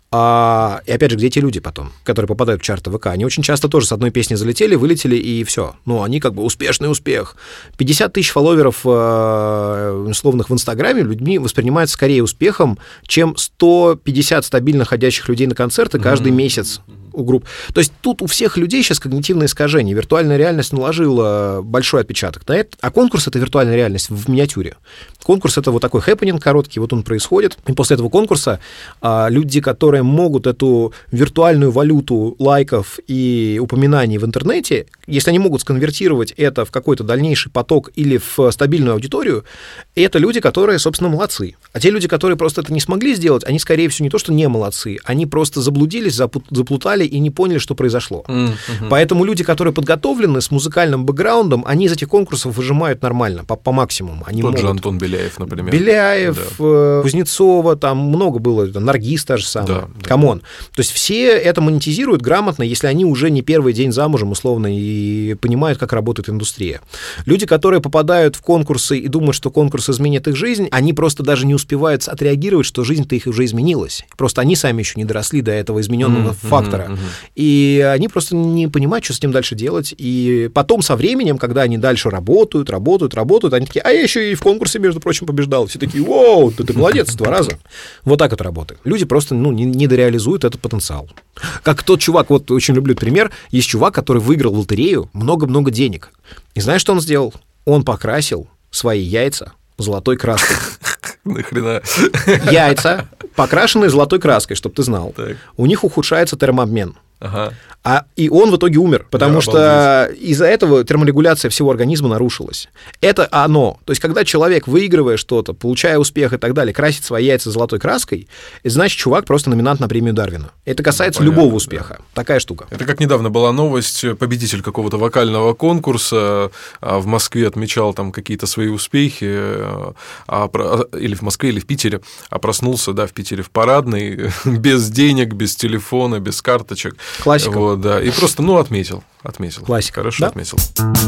А, и опять же, где эти люди потом, которые попадают в чарты ВК? Они очень часто тоже с одной песни залетели, вылетели, и все. Ну, они как бы успешный успех. пятьдесят тысяч фолловеров э, условных в Инстаграме людьми воспринимается скорее успехом, чем сто пятьдесят стабильно ходящих людей на концерты каждый mm-hmm. месяц у групп. То есть тут у всех людей сейчас когнитивное искажение. Виртуальная реальность наложила большой отпечаток на это, а конкурс — это виртуальная реальность в миниатюре. Конкурс — это вот такой хэппенинг короткий, вот он происходит, и после этого конкурса а, люди, которые могут эту виртуальную валюту лайков и упоминаний в интернете, если они могут сконвертировать это в какой-то дальнейший поток или в стабильную аудиторию, это люди, которые, собственно, молодцы. А те люди, которые просто это не смогли сделать, они, скорее всего, не то, что не молодцы, они просто заблудились, заплутали и не поняли, что произошло. Mm-hmm. Поэтому люди, которые подготовлены с музыкальным бэкграундом, они из этих конкурсов выжимают нормально, по, по максимуму. Они Тот могут... же Антон Беляев, например. Беляев, да. Кузнецова, там много было, Наргиз та же самая. Камон. Да. То есть все это монетизируют грамотно, если они уже не первый день замужем, условно, и и понимают, как работает индустрия. Люди, которые попадают в конкурсы и думают, что конкурс изменит их жизнь, они просто даже не успевают отреагировать, что жизнь-то их уже изменилась. Просто они сами еще не доросли до этого измененного mm-hmm, фактора. Mm-hmm. И они просто не понимают, что с этим дальше делать. И потом со временем, когда они дальше работают, работают, работают, они такие, а я еще и в конкурсе, между прочим, побеждал. Все такие, вау, да ты молодец, два раза. Вот так это работает. Люди просто ну, не, не дореализуют этот потенциал. Как тот чувак, вот очень люблю этот пример, есть чувак, который выиграл в лотерею много-много денег. И знаешь, что он сделал? Он покрасил свои яйца золотой краской. Нахрена? Яйца, покрашенные золотой краской, чтобы ты знал. Так. У них ухудшается термообмен. Ага. А, и он в итоге умер, потому да, что из-за этого терморегуляция всего организма нарушилась. Это оно. То есть, когда человек, выигрывая что-то, получая успех и так далее, красит свои яйца золотой краской, это значит, чувак просто номинант на премию Дарвина. Это касается ну, понятно, любого успеха. Да. Такая штука. Это как недавно была новость, победитель какого-то вокального конкурса в Москве отмечал там какие-то свои успехи, а, или в Москве, или в Питере, а проснулся, да, в Питере в парадной, без денег, без телефона, без карточек. Классика. Вот, да, и просто, ну, отметил, отметил. Классика. Хорошо да? отметил.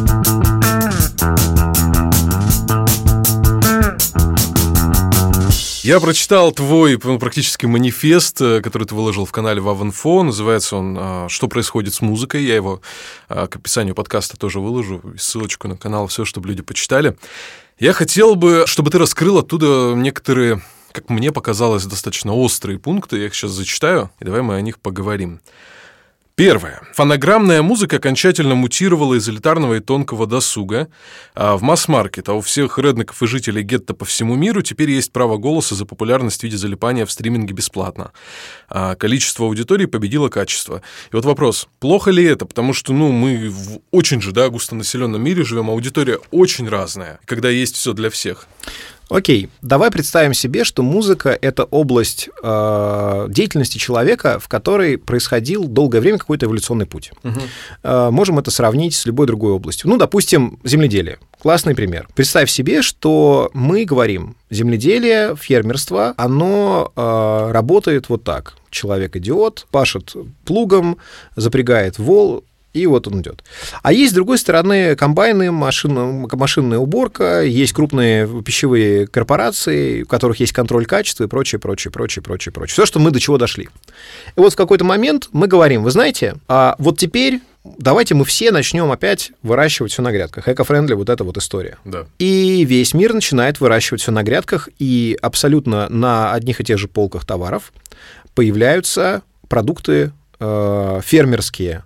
Я прочитал твой ну, практически манифест, который ты выложил в канале Вавинфо. Называется он «Что происходит с музыкой?». Я его к описанию подкаста тоже выложу, ссылочку на канал, все, чтобы люди почитали. Я хотел бы, чтобы ты раскрыл оттуда некоторые, как мне показалось, достаточно острые пункты. Я их сейчас зачитаю, и давай мы о них поговорим. Первое. Фонограммная музыка окончательно мутировала из элитарного и тонкого досуга в масс-маркет, а у всех реднеков и жителей гетто по всему миру теперь есть право голоса за популярность в виде залипания в стриминге бесплатно. А количество аудитории победило качество. И вот вопрос, плохо ли это? Потому что ну, мы в очень же да, густонаселенном мире живем, аудитория очень разная, когда есть все для всех. Окей, давай представим себе, что музыка — это область э, деятельности человека, в которой происходил долгое время какой-то эволюционный путь. Угу. Э, можем это сравнить с любой другой областью. Ну, допустим, земледелие. Классный пример. Представь себе, что мы говорим, земледелие, фермерство, оно э, работает вот так. Человек идет, пашет плугом, запрягает вол, и вот он идет. А есть, с другой стороны, комбайны, машина, машинная уборка, есть крупные пищевые корпорации, у которых есть контроль качества и прочее, прочее, прочее, прочее, прочее. Все, что мы до чего дошли. И вот в какой-то момент мы говорим, вы знаете, а вот теперь давайте мы все начнем опять выращивать все на грядках. Эко-френдли, вот эта вот история. Да. И весь мир начинает выращивать все на грядках, и абсолютно на одних и тех же полках товаров появляются продукты э, фермерские,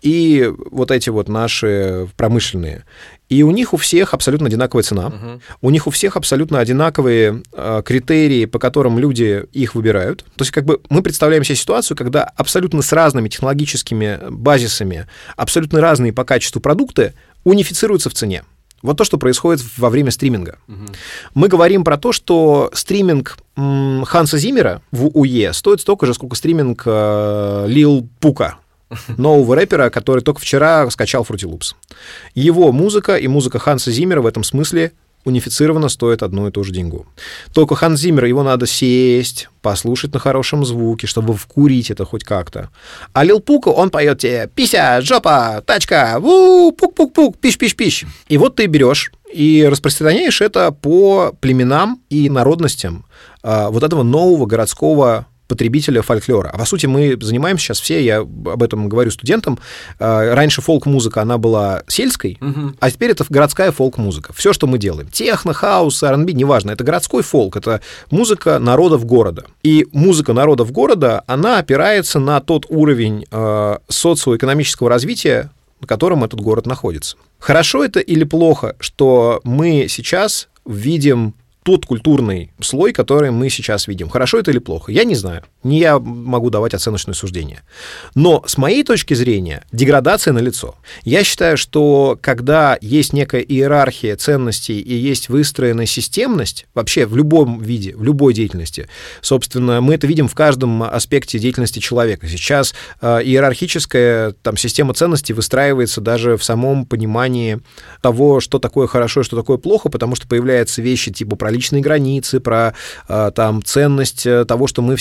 и вот эти вот наши промышленные. И у них у всех абсолютно одинаковая цена, uh-huh. у них у всех абсолютно одинаковые э, критерии, по которым люди их выбирают. То есть как бы мы представляем себе ситуацию, когда абсолютно с разными технологическими базисами, абсолютно разные по качеству продукты унифицируются в цене. Вот то, что происходит во время стриминга. Uh-huh. Мы говорим про то, что стриминг м, Ханса Зиммера в УЕ стоит столько же, сколько стриминг э, Лил Пука, нового рэпера, который только вчера скачал Fruity Loops. Его музыка и музыка Ханса Зиммера в этом смысле унифицированно стоят одну и ту же деньгу. Только Ханс Зиммер, его надо сесть, послушать на хорошем звуке, чтобы вкурить это хоть как-то. А Лил Пука, он поет тебе «Пися, жопа, тачка, ву, пук-пук-пук, пищ-пищ-пищ». И вот ты берешь и распространяешь это по племенам и народностям а, вот этого нового городского потребителя фольклора. А по сути мы занимаемся сейчас все, я об этом говорю студентам, раньше фолк-музыка, она была сельской, uh-huh. а теперь это городская фолк-музыка. Все, что мы делаем, техно, хаус, ар энд би, неважно, это городской фолк, это музыка народов города. И музыка народов города, она опирается на тот уровень э, социоэкономического развития, на котором этот город находится. Хорошо это или плохо, что мы сейчас видим тот культурный слой, который мы сейчас видим. Хорошо это или плохо? Я не знаю. Не я могу давать оценочное суждение. Но с моей точки зрения деградация налицо. Я считаю, что когда есть некая иерархия ценностей и есть выстроенная системность, вообще в любом виде, в любой деятельности, собственно, мы это видим в каждом аспекте деятельности человека. Сейчас э, иерархическая там, система ценностей выстраивается даже в самом понимании того, что такое хорошо и что такое плохо, потому что появляются вещи типа про личные границы, про э, там, ценность того, что мы все равны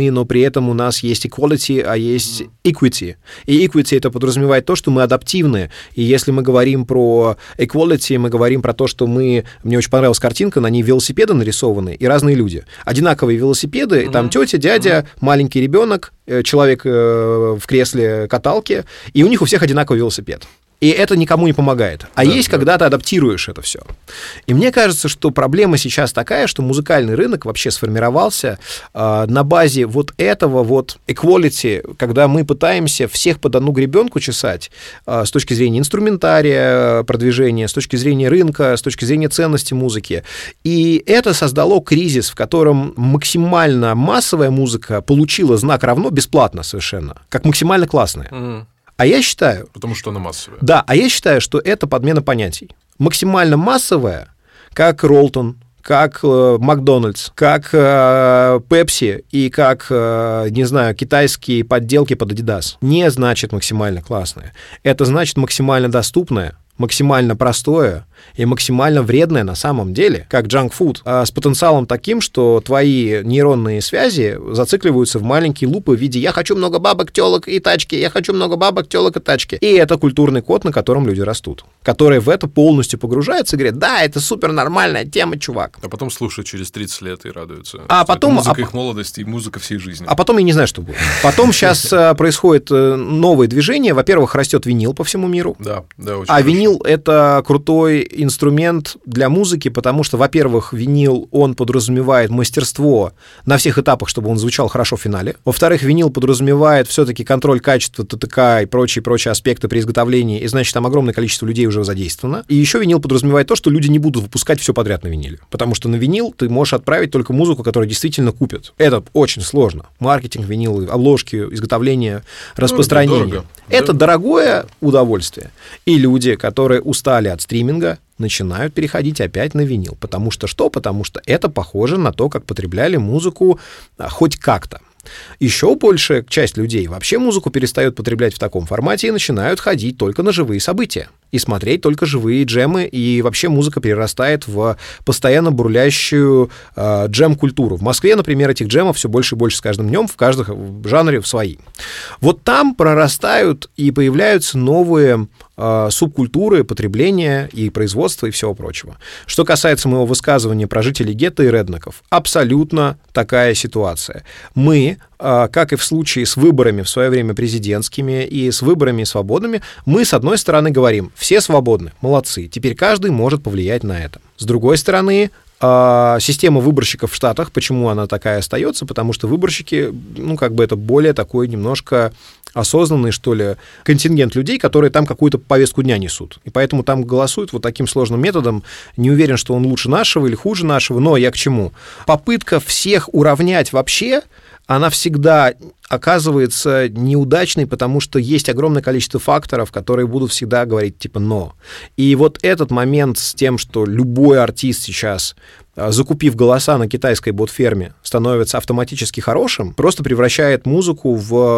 равны, но при этом у нас есть equality, а есть equity. И equity — это подразумевает то, что мы адаптивны. И если мы говорим про equality, мы говорим про то, что мы... Мне очень понравилась картинка, на ней велосипеды нарисованы и разные люди. Одинаковые велосипеды, mm-hmm. там тетя, дядя, mm-hmm. маленький ребенок, человек в кресле каталки, и у них у всех одинаковый велосипед. И это никому не помогает. А да, есть, да. когда ты адаптируешь это все. И мне кажется, что проблема сейчас такая, что музыкальный рынок вообще сформировался э, на базе вот этого вот equality, когда мы пытаемся всех под одну гребенку чесать э, с точки зрения инструментария, продвижения, с точки зрения рынка, с точки зрения ценности музыки. И это создало кризис, в котором максимально массовая музыка получила знак равно бесплатно совершенно, как максимально классная. Mm. А я считаю... Потому что она массовая. Да, а я считаю, что это подмена понятий. Максимально массовая, как Ролтон, как э, Макдональдс, как э, Пепси и как, э, не знаю, китайские подделки под Adidas, не значит максимально классная. Это значит максимально доступная, максимально простое и максимально вредное на самом деле, как джанк-фуд, а с потенциалом таким, что твои нейронные связи зацикливаются в маленькие лупы в виде «я хочу много бабок, телок и тачки, я хочу много бабок, телок и тачки». И это культурный код, на котором люди растут, которые в это полностью погружаются и говорят «да, это супер нормальная тема, чувак». А потом слушают через тридцать лет и радуются. А потом... Музыка а... их молодости и музыка всей жизни. А потом я не знаю, что будет. Потом сейчас происходит новое движение. Во-первых, растет винил по всему миру. Да, да, очень А винил — это крутой инструмент для музыки, потому что, во-первых, винил, он подразумевает мастерство на всех этапах, чтобы он звучал хорошо в финале. Во-вторых, винил подразумевает все-таки контроль качества, ТТК и прочие-прочие аспекты при изготовлении, и, значит, там огромное количество людей уже задействовано. И еще винил подразумевает то, что люди не будут выпускать все подряд на виниле, потому что на винил ты можешь отправить только музыку, которую действительно купят. Это очень сложно. Маркетинг винила, обложки, изготовление, распространение. Дорого. Это да. дорогое удовольствие. И люди, которые устали от стриминга, начинают переходить опять на винил. Потому что что? Потому что это похоже на то, как потребляли музыку а, хоть как-то. Еще большая часть людей вообще музыку перестает потреблять в таком формате и начинают ходить только на живые события. И смотреть только живые джемы, и вообще музыка перерастает в постоянно бурлящую э, джем-культуру. В Москве, например, этих джемов все больше и больше с каждым днем, в каждом жанре в свои. Вот там прорастают и появляются новые э, субкультуры потребления и производства и всего прочего. Что касается моего высказывания про жителей гетто и реднеков, абсолютно такая ситуация. Мы, э, как и в случае с выборами в свое время президентскими и с выборами свободными, мы, с одной стороны, говорим, все свободны, молодцы, теперь каждый может повлиять на это. С другой стороны, система выборщиков в Штатах, почему она такая остается? Потому что выборщики, ну, как бы это более такой немножко осознанный, что ли, контингент людей, которые там какую-то повестку дня несут. И поэтому там голосуют вот таким сложным методом. Не уверен, что он лучше нашего или хуже нашего, но я к чему? Попытка всех уравнять вообще, она всегда оказывается неудачной, потому что есть огромное количество факторов, которые будут всегда говорить типа «но». И вот этот момент с тем, что любой артист сейчас, закупив голоса на китайской бот-ферме, становится автоматически хорошим, просто превращает музыку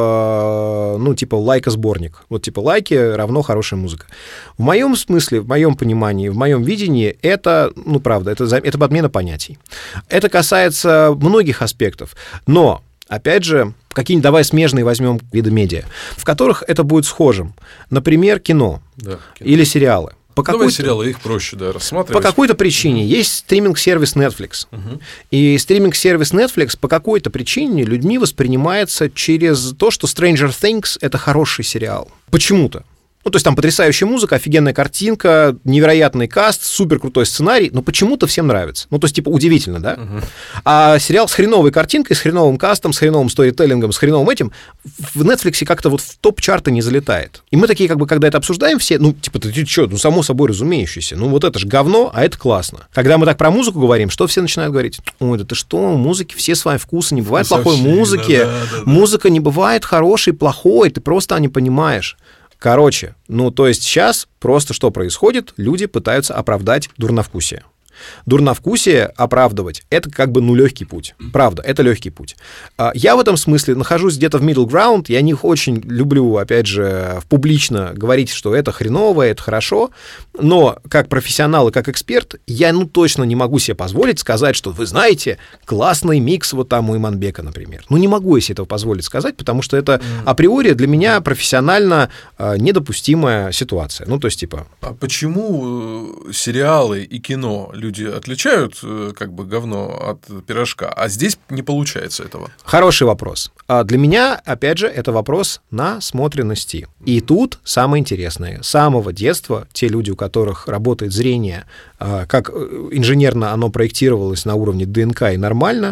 в, ну, типа лайка-сборник. Вот типа лайки равно хорошая музыка. В моем смысле, в моем понимании, в моем видении это, ну, правда, это, это подмена понятий. Это касается многих аспектов, но опять же, какие-нибудь, давай смежные возьмем виды медиа, в которых это будет схожим. Например, кино, да, кино. Или сериалы. По давай сериалы, их проще, да, рассматривать. По какой-то причине есть стриминг-сервис Netflix. Угу. И стриминг-сервис Netflix по какой-то причине людьми воспринимается через то, что Stranger Things — это хороший сериал. Почему-то. Ну, то есть там потрясающая музыка, офигенная картинка, невероятный каст, супер крутой сценарий, но почему-то всем нравится. Ну, то есть, типа, удивительно, да? Uh-huh. А сериал с хреновой картинкой, с хреновым кастом, с хреновым сторителлингом, с хреновым этим в Netflix как-то вот в топ-чарты не залетает. И мы такие, как бы, когда это обсуждаем все, ну, типа, ты, ты что, ну, само собой разумеющееся, ну, вот это же говно, а это классно. Когда мы так про музыку говорим, что все начинают говорить? Ой, да ты что, музыки, все свои вкусы, не бывает плохой музыки, да, да, да, да. Музыка не бывает хорошей, плохой, ты просто не понимаешь. Короче, ну, то есть сейчас просто что происходит? Люди пытаются оправдать дурновкусие. Дурновкусие оправдывать — это как бы, ну, легкий путь. Правда, это легкий путь. Я в этом смысле нахожусь где-то в middle ground, я не очень люблю, опять же, публично говорить, что это хреново, это хорошо, но как профессионал и как эксперт я, ну, точно не могу себе позволить сказать, что, вы знаете, классный микс вот там у Иманбека, например. Ну, не могу я себе этого позволить сказать, потому что это априори для меня профессионально недопустимая ситуация. Ну, то есть, типа... А почему сериалы и кино люди отличают как бы говно от пирожка, а здесь не получается этого? Хороший вопрос. А для меня, опять же, это вопрос насмотренности. И тут самое интересное. С самого детства те люди, у которых работает зрение, как инженерно оно проектировалось на уровне ДНК и нормально,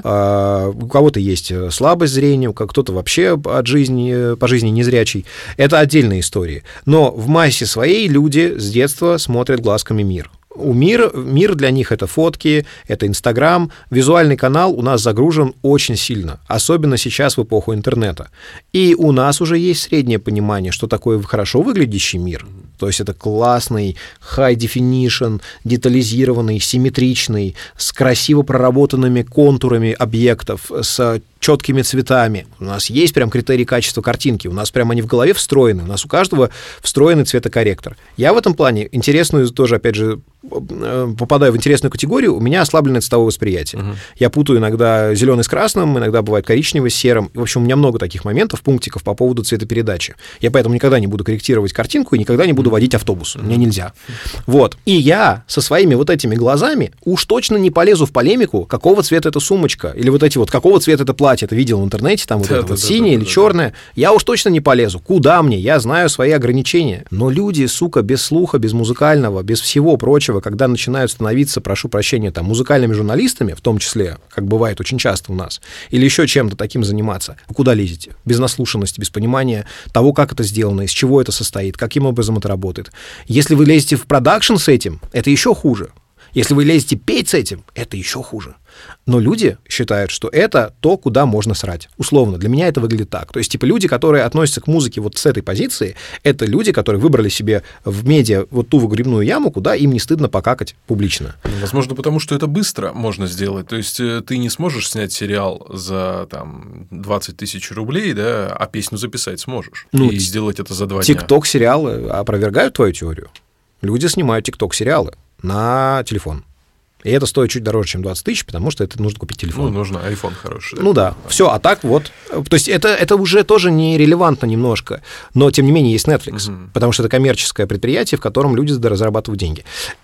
у кого-то есть слабость зрения, у кто-то вообще от жизни, по жизни незрячий, это отдельная история. Но в массе своей люди с детства смотрят глазками мир. У мир, мир для них — это фотки, это Инстаграм. Визуальный канал у нас загружен очень сильно, особенно сейчас в эпоху интернета. И у нас уже есть среднее понимание, что такое хорошо выглядящий мир. То есть это классный, high definition, детализированный, симметричный, с красиво проработанными контурами объектов, с четкими цветами. У нас есть прям критерии качества картинки, у нас прям они в голове встроены, у нас у каждого встроенный цветокорректор. Я в этом плане интересную тоже, опять же, попадаю в интересную категорию, у меня ослабленное цветовое восприятие. Uh-huh. Я путаю иногда зеленый с красным, иногда бывает коричневый с серым. В общем, у меня много таких моментов, пунктиков по поводу цветопередачи. Я поэтому никогда не буду корректировать картинку и никогда не буду водить автобус. Uh-huh. Мне нельзя. Вот. И я со своими вот этими глазами уж точно не полезу в полемику, какого цвета эта сумочка, или вот эти вот, какого цвета это платье, это видел в интернете, там вот да, это да, вот да, синее да, или да, черное. Да. Я уж точно не полезу. Куда мне? Я знаю свои ограничения. Но люди, сука, без слуха, без музыкального, без всего прочего, когда начинают становиться, прошу прощения, там, музыкальными журналистами, в том числе, как бывает очень часто у нас, или еще чем-то таким заниматься, вы куда лезете? Без наслушанности, без понимания того, как это сделано, из чего это состоит, каким образом это работает. Если вы лезете в продакшн с этим, это еще хуже. Если вы лезете петь с этим, это еще хуже. Но люди считают, что это то, куда можно срать. Условно, для меня это выглядит так. То есть, типа, люди, которые относятся к музыке вот с этой позиции, это люди, которые выбрали себе в медиа вот ту выгребную яму, куда им не стыдно покакать публично. Возможно, потому что это быстро можно сделать. То есть, ты не сможешь снять сериал за там, двадцать тысяч рублей, да, а песню записать сможешь. Ну, и сделать это за два дня. Тик-ток-сериалы опровергают твою теорию. Люди снимают тик-ток-сериалы на телефон. И это стоит чуть дороже, чем двадцать тысяч, потому что это нужно купить телефон. Ну, нужно iPhone хороший. Да? Ну да, да. Все, а так вот. То есть это, это уже тоже нерелевантно немножко, но тем не менее есть Netflix, угу. потому что это коммерческое предприятие, в котором люди зарабатывают деньги.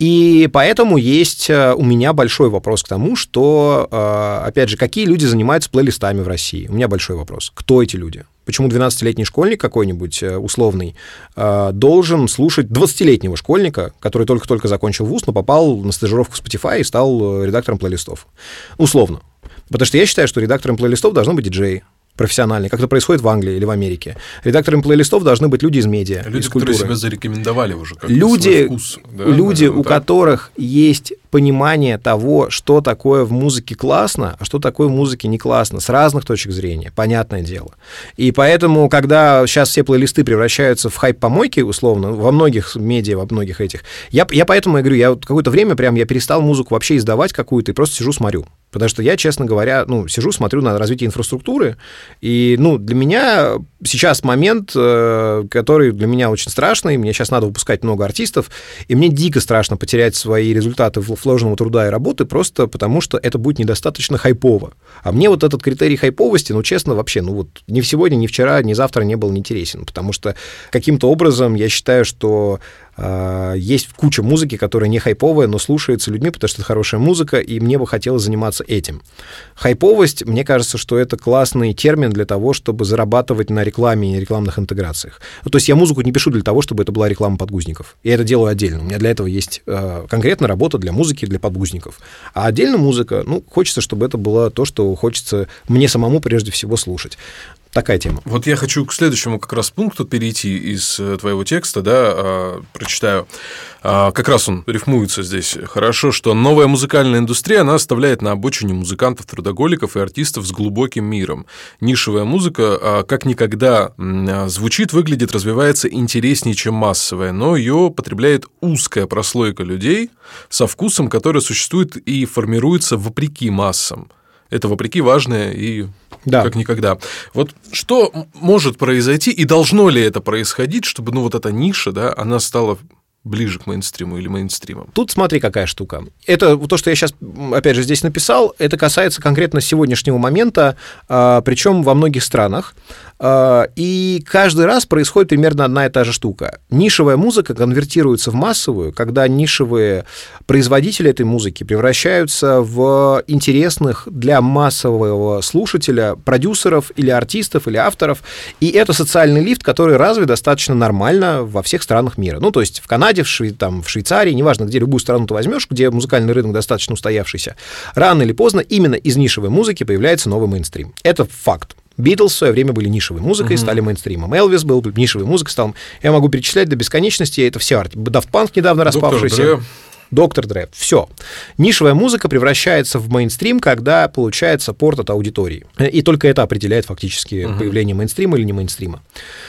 И поэтому есть у меня большой вопрос к тому, что, опять же, какие люди занимаются плейлистами в России. У меня большой вопрос. Кто эти люди? Почему двенадцатилетний школьник какой-нибудь условный должен слушать двадцатилетнего школьника, который только-только закончил вуз, но попал на стажировку в Spotify и стал редактором плейлистов? Условно. Потому что я считаю, что редактором плейлистов должны быть диджеи профессиональные, как это происходит в Англии или в Америке. Редакторами плейлистов должны быть люди из медиа, люди, из культуры. Которые себя зарекомендовали уже как люди, свой вкус. Да, люди, наверное, у так. которых есть понимание того, что такое в музыке классно, а что такое в музыке не классно, с разных точек зрения, понятное дело. И поэтому, когда сейчас все плейлисты превращаются в хайп-помойки, условно, во многих медиа, во многих этих, я, я поэтому я говорю, я вот какое-то время прям я перестал музыку вообще издавать какую-то и просто сижу, смотрю. Потому что я, честно говоря, ну, сижу, смотрю на развитие инфраструктуры, и, ну, для меня сейчас момент, который для меня очень страшный, мне сейчас надо выпускать много артистов, и мне дико страшно потерять свои результаты вложенного труда и работы просто потому, что это будет недостаточно хайпово. А мне вот этот критерий хайповости, ну, честно, вообще, ну, вот ни сегодня, ни вчера, ни завтра не был неинтересен, потому что каким-то образом я считаю, что есть куча музыки, которая не хайповая, но слушается людьми, потому что это хорошая музыка, и мне бы хотелось заниматься этим. Хайповость, мне кажется, что это классный термин для того, чтобы зарабатывать на рекламе и рекламных интеграциях. Ну, то есть я музыку не пишу для того, чтобы это была реклама подгузников. Я это делаю отдельно. У меня для этого есть э, конкретно работа для музыки, для подгузников. А отдельно музыка, ну, хочется, чтобы это было то, что хочется мне самому прежде всего слушать. Такая тема. Вот я хочу к следующему как раз пункту перейти из твоего текста, да, прочитаю. Как раз он рифмуется здесь хорошо, что новая музыкальная индустрия, она оставляет на обочине музыкантов, трудоголиков и артистов с глубоким миром. Нишевая музыка как никогда звучит, выглядит, развивается интереснее, чем массовая, но ее потребляет узкая прослойка людей со вкусом, который существует и формируется вопреки массам. Это вопреки важное и да. как никогда. Вот что может произойти и должно ли это происходить, чтобы ну, вот эта ниша, да, она стала ближе к мейнстриму или мейнстримам? Тут смотри, какая штука. Это то, что я сейчас, опять же, здесь написал, это касается конкретно сегодняшнего момента, причем во многих странах. И каждый раз происходит примерно одна и та же штука. Нишевая музыка конвертируется в массовую, когда нишевые производители этой музыки превращаются в интересных для массового слушателя продюсеров или артистов, или авторов. И это социальный лифт, который развит достаточно нормально во всех странах мира. Ну, то есть в Канаде, в, Шве... там, в Швейцарии, неважно, где любую страну ты возьмешь, где музыкальный рынок достаточно устоявшийся, рано или поздно именно из нишевой музыки появляется новый мейнстрим. Это факт. Битлз в свое время были нишевой музыкой, uh-huh. стали мейнстримом. Элвис был нишевой музыкой, стал... Я могу перечислять до бесконечности, это все арти. Daft Punk недавно распавшийся. Доктор Дре. Все. Нишевая музыка превращается в мейнстрим, когда получает саппорт от аудитории. И только это определяет фактически uh-huh. появление мейнстрима или не мейнстрима.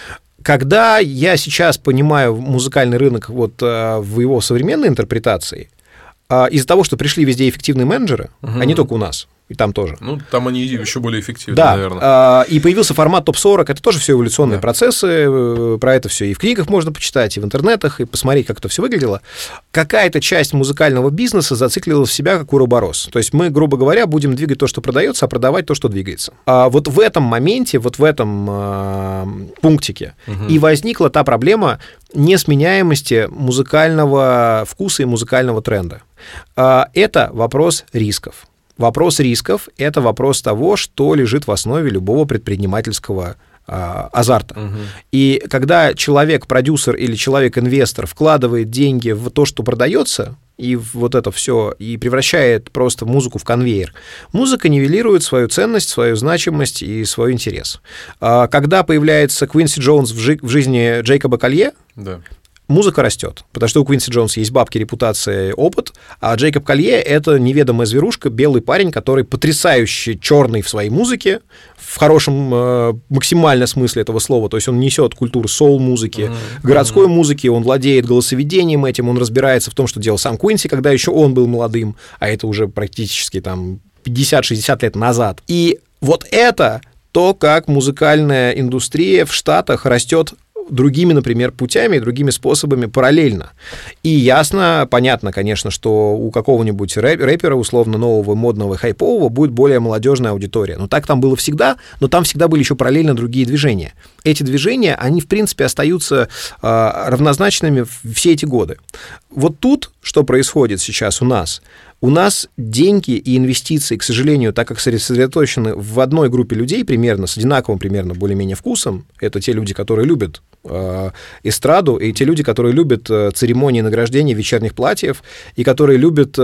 Когда я сейчас понимаю музыкальный рынок вот, в его современной интерпретации, из-за того, что пришли везде эффективные менеджеры, uh-huh. а не только у нас, и там тоже. Ну, там они еще более эффективны, да, наверное. И появился формат топ сорок, это тоже все эволюционные да. процессы, про это все и в книгах можно почитать, и в интернетах, и посмотреть, как это все выглядело. Какая-то часть музыкального бизнеса зациклилась в себя, как уроборос. То есть мы, грубо говоря, будем двигать то, что продается, а продавать то, что двигается. А вот в этом моменте, вот в этом а, пунктике угу. и возникла та проблема несменяемости музыкального вкуса и музыкального тренда. А, это вопрос рисков. Вопрос рисков – это вопрос того, что лежит в основе любого предпринимательского а, азарта. Угу. И когда человек-продюсер или человек-инвестор вкладывает деньги в то, что продается, и вот это все, и превращает просто музыку в конвейер, музыка нивелирует свою ценность, свою значимость и свой интерес. А, когда появляется Квинси Джонс в, жи- в жизни Джейкоба Колье, да. музыка растет, потому что у Квинси Джонса есть бабки, репутация, опыт, а Джейкоб Колье — это неведомая зверушка, белый парень, который потрясающе черный в своей музыке, в хорошем максимально смысле этого слова, то есть он несет культуру соул-музыки, mm-hmm. городской mm-hmm. музыки, он владеет голосоведением этим, он разбирается в том, что делал сам Квинси, когда еще он был молодым, а это уже практически там пятьдесят-шестьдесят лет назад. И вот это то, как музыкальная индустрия в Штатах растет другими, например, путями и другими способами параллельно. И ясно, понятно, конечно, что у какого-нибудь рэпера, условно, нового, модного, хайпового будет более молодежная аудитория. Но так там было всегда, но там всегда были еще параллельно другие движения. Эти движения, они, в принципе, остаются э, равнозначными все эти годы. Вот тут, что происходит сейчас у нас, у нас деньги и инвестиции, к сожалению, так как сосредоточены в одной группе людей примерно, с одинаковым примерно более-менее вкусом, это те люди, которые любят э, эстраду, и те люди, которые любят э, церемонии награждения вечерних платьев, и которые любят,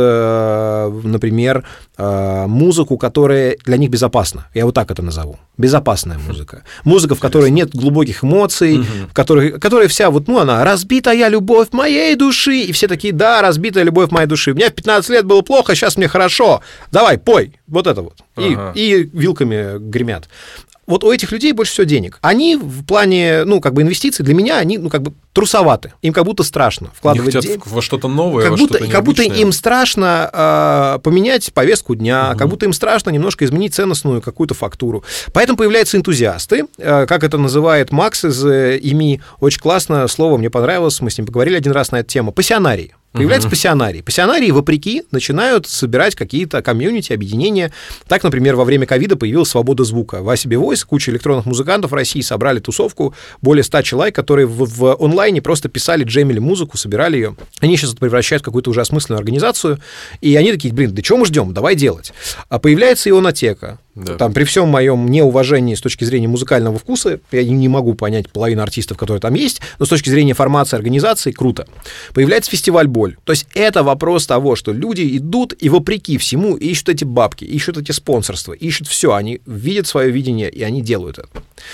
э, например, э, музыку, которая для них безопасна. Я вот так это назову. Безопасная музыка. Музыка, в которой нет глубоких эмоций, в которой, которая вся вот, ну, она разбитая любовь моей души, и все такие, да, разбитая любовь моей души. У меня в пятнадцать лет было плохо, сейчас мне хорошо. Давай, пой. Вот это вот. И, ага. и вилками гремят. Вот у этих людей больше всего денег. Они в плане, ну, как бы инвестиций, для меня, они, ну, как бы трусоваты. Им как будто страшно вкладывать деньги. Они хотят во что-то новое, как во будто, что-то как будто им страшно э, поменять повестку дня, угу. как будто им страшно немножко изменить ценностную какую-то фактуру. Поэтому появляются энтузиасты, э, как это называет Макс из э, ИМИ, очень классно слово, мне понравилось, мы с ним поговорили один раз на эту тему, пассионарии. Появляются uh-huh. пассионарии. Пассионарии, вопреки, начинают собирать какие-то комьюнити, объединения. Так, например, во время ковида появилась «Свобода звука». В Асибе Voice куча электронных музыкантов в России собрали тусовку, более ста человек, которые в, в онлайне просто писали, джемили музыку, собирали ее. Они сейчас это превращают в какую-то уже осмысленную организацию, и они такие, блин, да чего мы ждем, давай делать. А появляется ионотека. Да. Там, при всем моем неуважении с точки зрения музыкального вкуса, я не могу понять половину артистов, которые там есть, но с точки зрения формации организации круто. Появляется фестиваль «Боль». То есть это вопрос того, что люди идут и вопреки всему ищут эти бабки, ищут эти спонсорства, ищут все, они видят свое видение, и они делают это.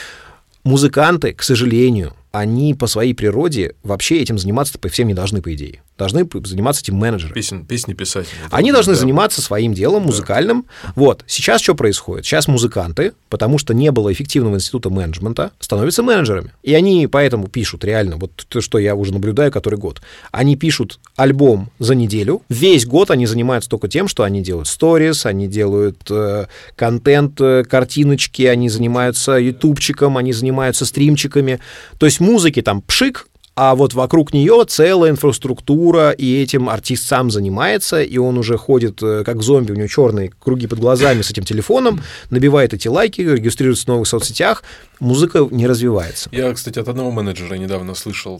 Музыканты, к сожалению, они по своей природе вообще этим заниматься по всем не должны, по идее. Должны заниматься этим менеджеры. Песен, песни писать. Они должны да. заниматься своим делом, музыкальным. Да. Вот. Сейчас что происходит? Сейчас музыканты, потому что не было эффективного института менеджмента, становятся менеджерами. И они поэтому пишут реально, вот то, что я уже наблюдаю который год. Они пишут альбом за неделю. Весь год они занимаются только тем, что они делают сторис, они делают э, контент, э, картиночки, они занимаются ютубчиком, они занимаются стримчиками. То есть музыки там пшик, а вот вокруг нее целая инфраструктура, и этим артист сам занимается, и он уже ходит как зомби, у него черные круги под глазами с этим телефоном, набивает эти лайки, регистрируется в новых соцсетях, музыка не развивается. Я, кстати, от одного менеджера недавно слышал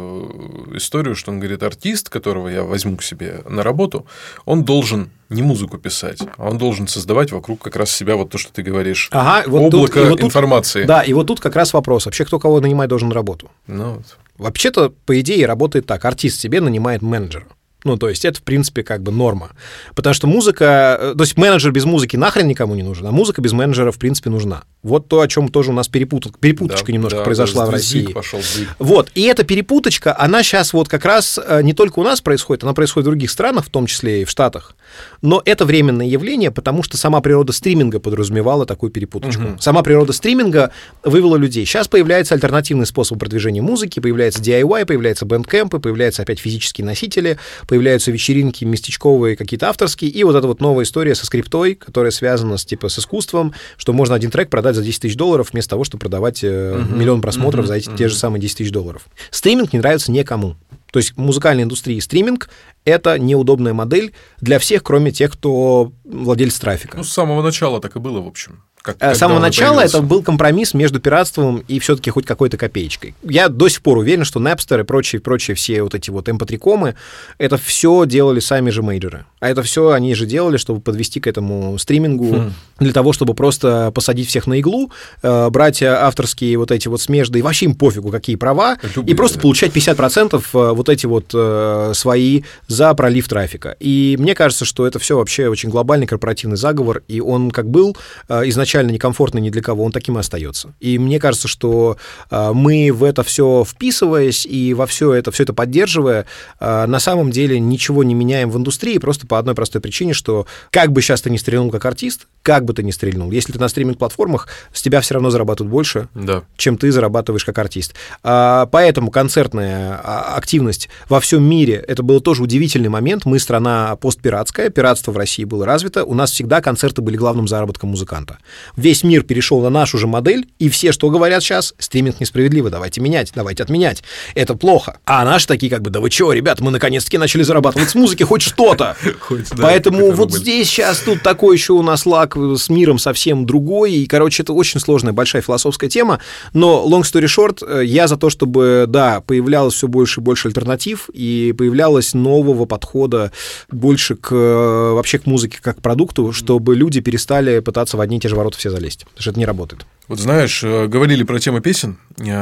такую историю, что он говорит, артист, которого я возьму к себе на работу, он должен не музыку писать, а он должен создавать вокруг как раз себя вот то, что ты говоришь, ага, вот облако тут, вот информации. Тут, да, и вот тут как раз вопрос, вообще кто кого нанимать должен на работу? Ну, вот. Вообще-то, по идее, работает так, артист себе нанимает менеджера. Ну, то есть это, в принципе, как бы норма. Потому что музыка... То есть менеджер без музыки нахрен никому не нужен, а музыка без менеджера, в принципе, нужна. Вот то, о чем тоже у нас перепут... перепуточка да, немножко да, произошла да, в России. Пошел вот. И эта перепуточка, она сейчас вот как раз не только у нас происходит, она происходит в других странах, в том числе и в Штатах. Но это временное явление, потому что сама природа стриминга подразумевала такую перепуточку. Угу. Сама природа стриминга вывела людей. Сейчас появляется альтернативный способ продвижения музыки, появляется ди ай вай, появляются бэндкэмпы, появляются опять физические носители, появляются вечеринки местечковые, какие-то авторские, и вот эта вот новая история со скриптой, которая связана с, типа, с искусством, что можно один трек продать за десять тысяч долларов вместо того, чтобы продавать uh-huh, миллион просмотров uh-huh, за эти uh-huh. те же самые десять тысяч долларов. Стриминг не нравится никому. То есть в музыкальной индустрии стриминг — это неудобная модель для всех, кроме тех, кто владелец трафика. Ну, с самого начала так и было, в общем. Как, с самого начала появился. Это был компромисс между пиратством и все-таки хоть какой-то копеечкой. Я до сих пор уверен, что Napster и прочие, прочие все вот эти вот эм пэ три-комы, это все делали сами же мейджоры. А это все они же делали, чтобы подвести к этому стримингу, хм. для того, чтобы просто посадить всех на иглу, э, брать авторские вот эти вот смежды, и вообще им пофигу, какие права, Любые, и просто да. получать пятьдесят процентов вот эти вот э, свои за пролив трафика. И мне кажется, что это все вообще очень глобальный корпоративный заговор, и он как был э, изначально некомфортный ни для кого, он таким и остается. И мне кажется, что э, мы в это все вписываясь и во все это, все это поддерживая, э, на самом деле ничего не меняем в индустрии, просто по одной простой причине, что как бы сейчас ты ни стрельнул как артист, как бы ты ни стрельнул, если ты на стриминг-платформах, с тебя все равно зарабатывают больше, да. чем ты зарабатываешь как артист. Э, поэтому концертная активность во всем мире, это был тоже удивительный момент. Мы страна постпиратская, пиратство в России было развито, у нас всегда концерты были главным заработком музыканта. Весь мир перешел на нашу же модель, и все, что говорят сейчас, стриминг несправедливо, давайте менять, давайте отменять, это плохо. А наши такие как бы, да вы чего, ребята, мы наконец-таки начали зарабатывать с музыки хоть что-то. Поэтому вот здесь сейчас тут такой еще у нас лак с миром совсем другой, и, короче, это очень сложная, большая философская тема, но long story short, я за то, чтобы, да, появлялось все больше и больше альтернатив, и появлялось нового подхода больше к, вообще к музыке как к продукту, чтобы люди перестали пытаться в одни и те же ворота все залезть, потому что это не работает. Вот знаешь, говорили про тему песен,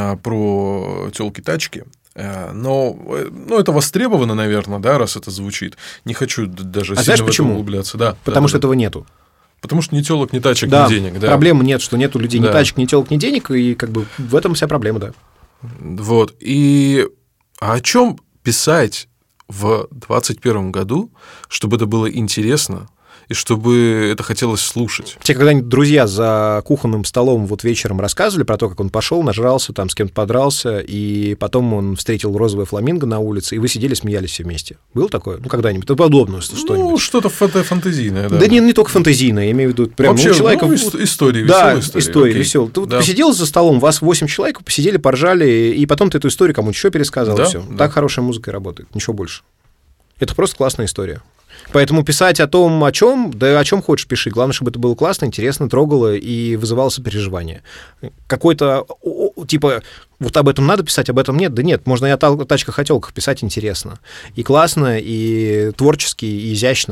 про тёлки-тачки, но ну, это востребовано, наверное, да, раз это звучит. Не хочу даже а сильно знаешь, в почему? это углубляться. Да, потому да, что да. этого нету. Потому что ни тёлок, ни тачек, да, ни денег. Да, проблемы нет, что нету людей да. ни тачек, ни тёлок, ни денег, и как бы в этом вся проблема, да. Вот, и а о чем писать в двадцать первом году, чтобы это было интересно, и чтобы это хотелось слушать. Тебе когда-нибудь друзья за кухонным столом вот вечером рассказывали про то, как он пошел, нажрался, там с кем-то подрался, и потом он встретил розовое фламинго на улице, и вы сидели, смеялись все вместе? Было такое? Ну, когда-нибудь? Это подобное что-нибудь? Ну, что-то фантазийное, да. Да не, не только фантазийное, я имею в виду прям вообще, ну, человека... ну, истории, да, веселые истории. истории, веселые. Ты да. вот посидел за столом, вас восемь человек, посидели, поржали, и потом ты эту историю кому-то еще пересказал, да, и все. Да. Так хорошая музыка и работает, ничего больше. Это просто классная история. Поэтому писать о том, о чем, да о чем хочешь пиши. Главное, чтобы это было классно, интересно, трогало и вызывало сопереживание. Какой-то, типа, вот об этом надо писать, об этом нет. Да нет, можно и о тачках, о тёлках писать интересно. И классно, и творчески, и изящно.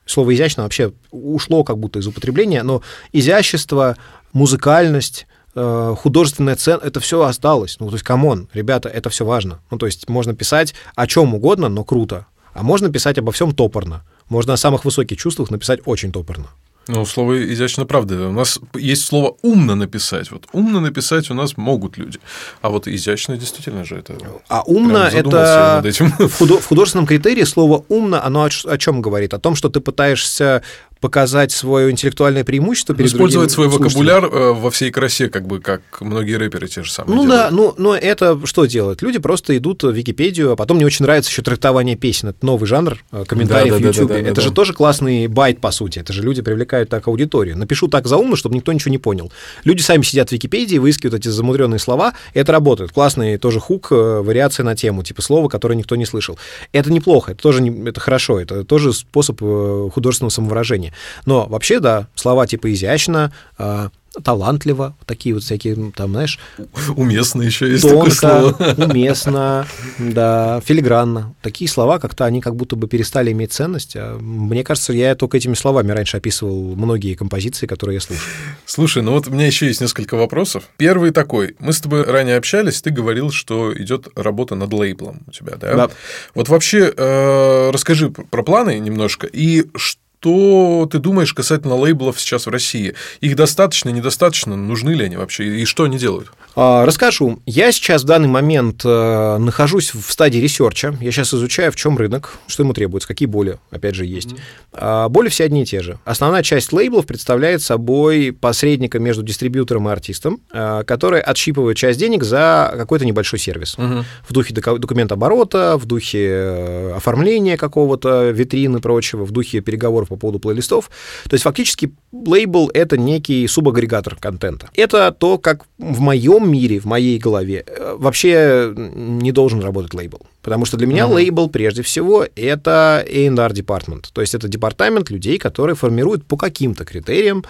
Слово «изящно» вообще ушло как будто из употребления, но изящество, музыкальность, художественная цена, это все осталось. Ну, то есть, камон, ребята, это все важно. Ну, то есть, можно писать о чем угодно, но круто. А можно писать обо всем топорно. Можно о самых высоких чувствах написать очень топорно. Ну, слово «изящно» правда. У нас есть слово «умно написать». Вот умно написать у нас могут люди. А вот «изящно» действительно же это... А умно — это... В художественном критерии слово «умно», оно о чем говорит? О том, что ты пытаешься показать свое интеллектуальное преимущество перед использовать свой слушателем. вокабуляр во всей красе, как бы, как многие рэперы те же самые Ну делают. да, ну, но это что делают? Люди просто идут в Википедию, а потом мне очень нравится еще трактование песен. Это новый жанр комментариев да, в да, Ютубе. да, да, да, это да. же тоже классный байт, по сути. Это же люди привлекают так аудиторию. Напишу так заумно, чтобы никто ничего не понял. Люди сами сидят в Википедии, выискивают эти замудренные слова. Это работает. Классный тоже хук, вариация на тему, типа слова, которое никто не слышал. Это неплохо, это тоже не, это хорошо, это тоже способ художественного самовыражения. Но вообще Вообще, да, слова типа «изящно», талантливо, такие вот всякие, там, знаешь... Уместно еще есть тонко, такое слово. Уместно, да, филигранно. Такие слова как-то, они как будто бы перестали иметь ценность. А мне кажется, я только этими словами раньше описывал многие композиции, которые я слушал. Слушай, ну вот у меня еще есть несколько вопросов. Первый такой. Мы с тобой ранее общались, ты говорил, что идет работа над лейблом у тебя, да? Да. Вот вообще э, расскажи про планы немножко и что Что ты думаешь касательно лейблов сейчас в России? Их достаточно, недостаточно? Нужны ли они вообще? И что они делают? Расскажу. Я сейчас в данный момент нахожусь в стадии ресерча. Я сейчас изучаю, в чем рынок, что ему требуется, какие боли, опять же, есть. Mm-hmm. Боли все одни и те же. Основная часть лейблов представляет собой посредника между дистрибьютором и артистом, который отщипывает часть денег за какой-то небольшой сервис. Mm-hmm. В духе документооборота, в духе оформления какого-то, витрины и прочего, в духе переговоров по поводу плейлистов. То есть, фактически, лейбл — это некий субагрегатор контента. Это то, как в моем мире, в моей голове вообще не должен работать лейбл. Потому что для меня uh-huh. лейбл, прежде всего, это эй энд ар департамент. То есть, это департамент людей, которые формируют по каким-то критериям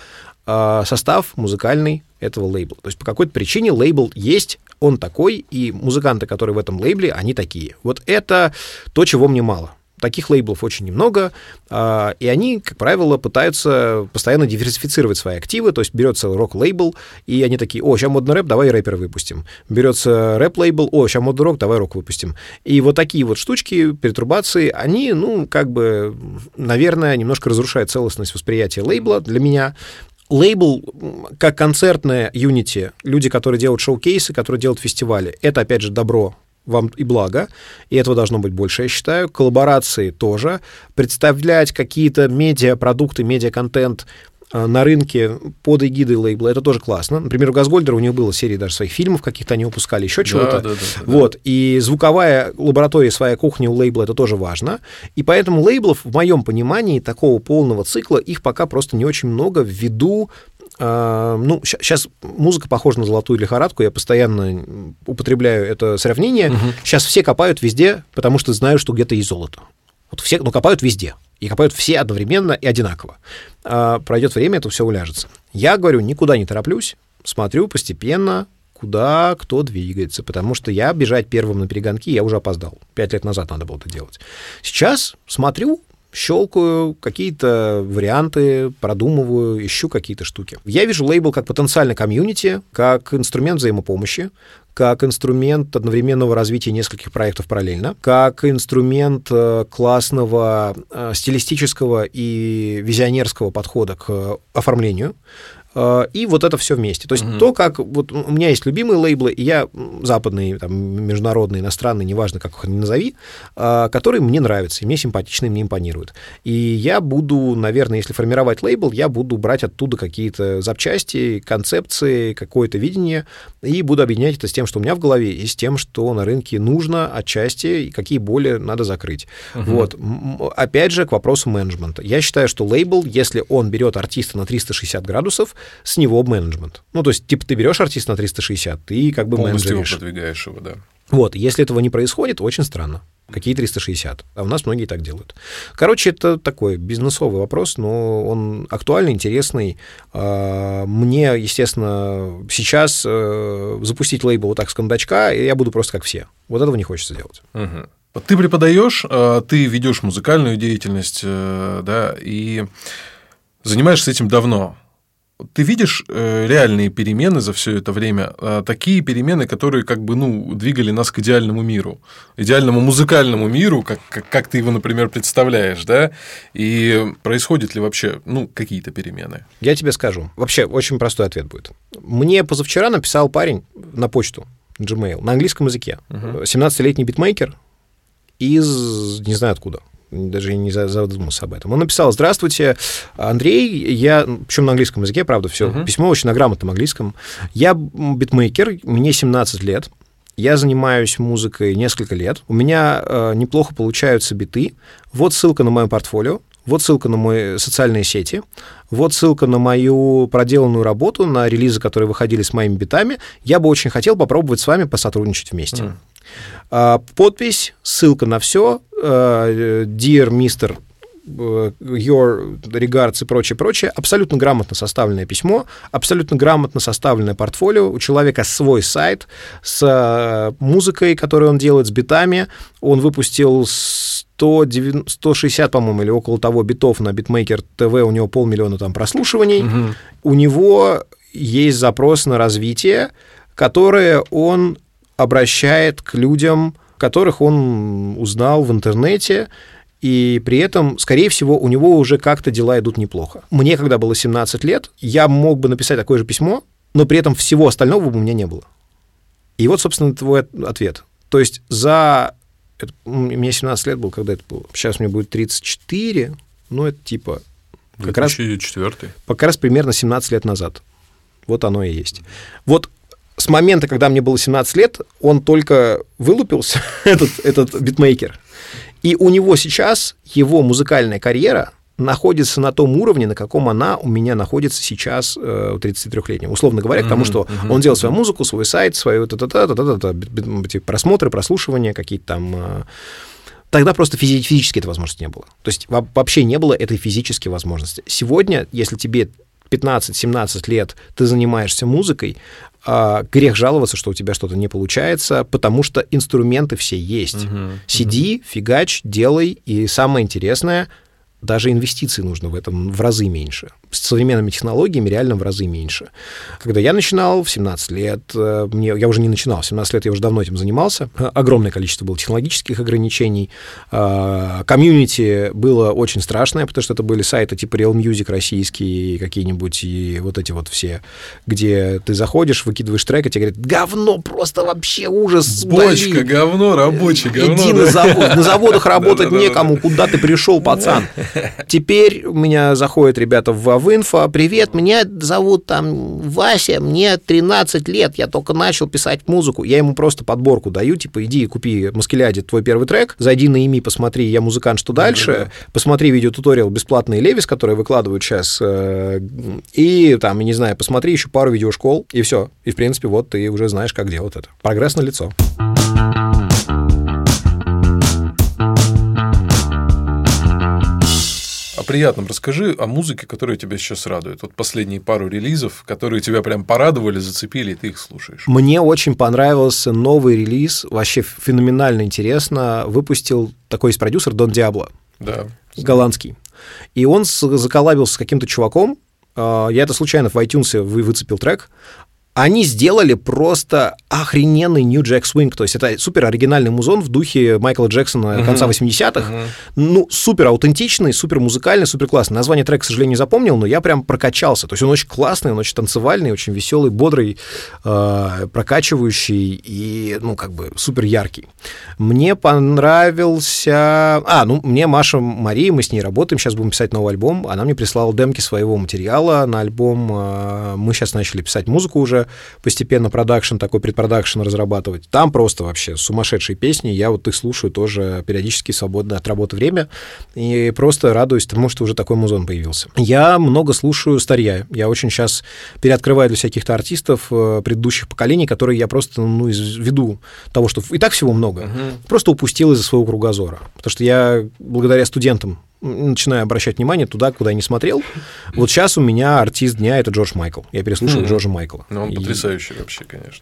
состав музыкальный этого лейбла. То есть, по какой-то причине лейбл есть, он такой, и музыканты, которые в этом лейбле, они такие. Вот это то, чего мне мало. Таких лейблов очень немного, и они, как правило, пытаются постоянно диверсифицировать свои активы, то есть берется рок-лейбл, и они такие: о, сейчас модный рэп, давай рэпера выпустим. Берется рэп-лейбл: о, сейчас модный рок, давай рок выпустим. И вот такие вот штучки, перетрубации, они, ну, как бы, наверное, немножко разрушают целостность восприятия лейбла для меня. Лейбл, как концертная юнити, люди, которые делают шоу-кейсы, которые делают фестивали, это, опять же, добро вам и благо, и этого должно быть больше, я считаю. Коллаборации тоже. Представлять какие-то медиапродукты, медиаконтент на рынке под эгидой лейбла, это тоже классно. Например, у Газгольдера, у них было серия даже своих фильмов, каких-то они выпускали, еще чего-то. Да, да, да, вот. И звуковая лаборатория, своя кухня у лейбла, это тоже важно. И поэтому лейблов, в моем понимании, такого полного цикла, их пока просто не очень много ввиду... Ну, сейчас музыка похожа на золотую лихорадку, я постоянно употребляю это сравнение. Угу. Сейчас все копают везде, потому что знают, что где-то есть золото. Вот все, ну, копают везде. И копают все одновременно и одинаково. А пройдет время, это все уляжется. Я говорю, никуда не тороплюсь, смотрю постепенно, куда кто двигается, потому что я бежать первым на перегонки я уже опоздал. Пять лет назад надо было это делать. Сейчас смотрю, щелкаю какие-то варианты, продумываю, ищу какие-то штуки. Я вижу лейбл как потенциальный комьюнити, как инструмент взаимопомощи, как инструмент одновременного развития нескольких проектов параллельно, как инструмент классного стилистического и визионерского подхода к оформлению. И вот это все вместе. То есть uh-huh. то, как... Вот у меня есть любимые лейблы, и я западные, там, международные, иностранные, неважно, как их ни назови, которые мне нравятся, и мне симпатичны, и мне импонируют. И я буду, наверное, если формировать лейбл, я буду брать оттуда какие-то запчасти, концепции, какое-то видение, и буду объединять это с тем, что у меня в голове, и с тем, что на рынке нужно отчасти, и какие боли надо закрыть. Uh-huh. Вот. Опять же, к вопросу менеджмента. Я считаю, что лейбл, если он берет артиста на триста шестьдесят градусов, с него менеджмент. Ну, то есть, типа, ты берешь артиста на триста шестьдесят, ты как бы полностью менеджеришь. Полностью его продвигаешь его, да. Вот, если этого не происходит, очень странно. Какие триста шестьдесят? А у нас многие так делают. Короче, это такой бизнесовый вопрос, но он актуальный, интересный. Мне, естественно, сейчас запустить лейбл вот так с кондачка, и я буду просто как все. Вот этого не хочется делать. Угу. Ты преподаешь, ты ведешь музыкальную деятельность, да, и занимаешься этим давно. Ты видишь реальные перемены за все это время, такие перемены, которые как бы, ну, двигали нас к идеальному миру, идеальному музыкальному миру, как, как, как ты его, например, представляешь, да? И происходят ли вообще, ну, какие-то перемены? Я тебе скажу. Вообще, очень простой ответ будет. Мне позавчера написал парень на почту Gmail на английском языке. Uh-huh. семнадцатилетний битмейкер из не знаю откуда. Даже не задумался об этом. Он написал: «Здравствуйте, Андрей, я...» Причем на английском языке, правда, все. Uh-huh. Письмо очень на грамотном английском. «Я битмейкер, мне семнадцать лет. Я занимаюсь музыкой несколько лет. У меня э, неплохо получаются биты. Вот ссылка на мое портфолио. Вот ссылка на мои социальные сети. Вот ссылка на мою проделанную работу, на релизы, которые выходили с моими битами. Я бы очень хотел попробовать с вами посотрудничать вместе». Uh-huh. Подпись, ссылка на все, Dear мистер Your Regards и прочее, прочее. Абсолютно грамотно составленное письмо, абсолютно грамотно составленное портфолио. У человека свой сайт с музыкой, которую он делает, с битами. Он выпустил сто шестьдесят, по-моему, или около того битов на Beatmaker ти ви, у него полмиллиона там прослушиваний. Угу. У него есть запрос на развитие, которое он обращает к людям, которых он узнал в интернете, и при этом, скорее всего, у него уже как-то дела идут неплохо. Мне, когда было семнадцать лет, я мог бы написать такое же письмо, но при этом всего остального бы у меня не было. И вот, собственно, твой ответ. То есть за... Это... Мне семнадцать лет было, когда это было. Сейчас мне будет тридцать четыре, ну, это типа... Как две тысячи четвёртый. Раз, как раз примерно семнадцать лет назад. Вот оно и есть. Вот с момента, когда мне было семнадцать лет, он только вылупился, этот, этот битмейкер. И у него сейчас, его музыкальная карьера находится на том уровне, на каком она у меня находится сейчас э, у тридцатитрёхлетнего. Условно говоря, к тому, что uh-huh, он делал свою музыку, свой сайт, свою просмотры, прослушивания, какие-то там... Э, Тогда просто физи- физически этой возможности не было. То есть вообще не было этой физической возможности. Сегодня, если тебе пятнадцать-семнадцать лет, ты занимаешься музыкой, а, грех жаловаться, что у тебя что-то не получается, потому что инструменты все есть. Uh-huh, Сиди, uh-huh. фигач, делай, и самое интересное, даже инвестиций нужно в этом в разы меньше. С современными технологиями реально в разы меньше. Когда я начинал в семнадцать лет, мне, я уже не начинал, в семнадцать лет я уже давно этим занимался, огромное количество было технологических ограничений, комьюнити было очень страшное, потому что это были сайты типа Real Music российские какие-нибудь, и вот эти вот все, где ты заходишь, выкидываешь трек, и тебе говорят: говно, просто вообще ужас. Бочка, удали. Говно, рабочий говно. Иди да? на завод, на заводах работать некому, куда ты пришел, пацан. Теперь у меня заходят ребята в в инфо: привет, меня зовут там Вася, мне тринадцать лет, я только начал писать музыку. Я ему просто подборку даю, типа, иди купи Маскеляде твой первый трек, зайди на ИМИ, посмотри «Я музыкант, что дальше?», да-да-да. Посмотри видеотуториал бесплатный Левис, который выкладывают сейчас, и там, я не знаю, посмотри еще пару видеошкол, и все. И, в принципе, вот ты уже знаешь, как делать это. Прогресс налицо. О приятном расскажи, о музыке, которая тебя сейчас радует. Вот последние пару релизов, которые тебя прям порадовали, зацепили, и ты их слушаешь. Мне очень понравился новый релиз, вообще феноменально интересно. Выпустил такой есть продюсер Дон Диабло, да, голландский. И он заколлабился с каким-то чуваком. Я это случайно в iTunes выцепил трек. Они сделали просто охрененный New Jack Swing, то есть это супер оригинальный музон в духе Майкла Джексона uh-huh. конца восьмидесятых, uh-huh. ну, супер аутентичный, супер музыкальный, супер классный. Название трека, к сожалению, не запомнил, но я прям прокачался, то есть он очень классный, он очень танцевальный, очень веселый, бодрый, э, прокачивающий и, ну, как бы супер яркий. Мне понравился... А, ну, мне Маша Мария, мы с ней работаем, сейчас будем писать новый альбом, она мне прислала демки своего материала на альбом, э, мы сейчас начали писать музыку уже, постепенно продакшн, такой предпродакшн разрабатывать. Там просто вообще сумасшедшие песни. Я вот их слушаю тоже периодически, свободное от работы время, и просто радуюсь тому, что уже такой музон появился. Я много слушаю старья. Я очень сейчас переоткрываю для всяких артистов предыдущих поколений, которые я просто, ну, ввиду того, что и так всего много, uh-huh. просто упустил из-за своего кругозора. Потому что я благодаря студентам начинаю обращать внимание туда, куда я не смотрел. Вот сейчас у меня артист дня — это Джордж Майкл. Я переслушал mm-hmm. Джорджа Майкла. Ну, он и... потрясающий вообще, конечно.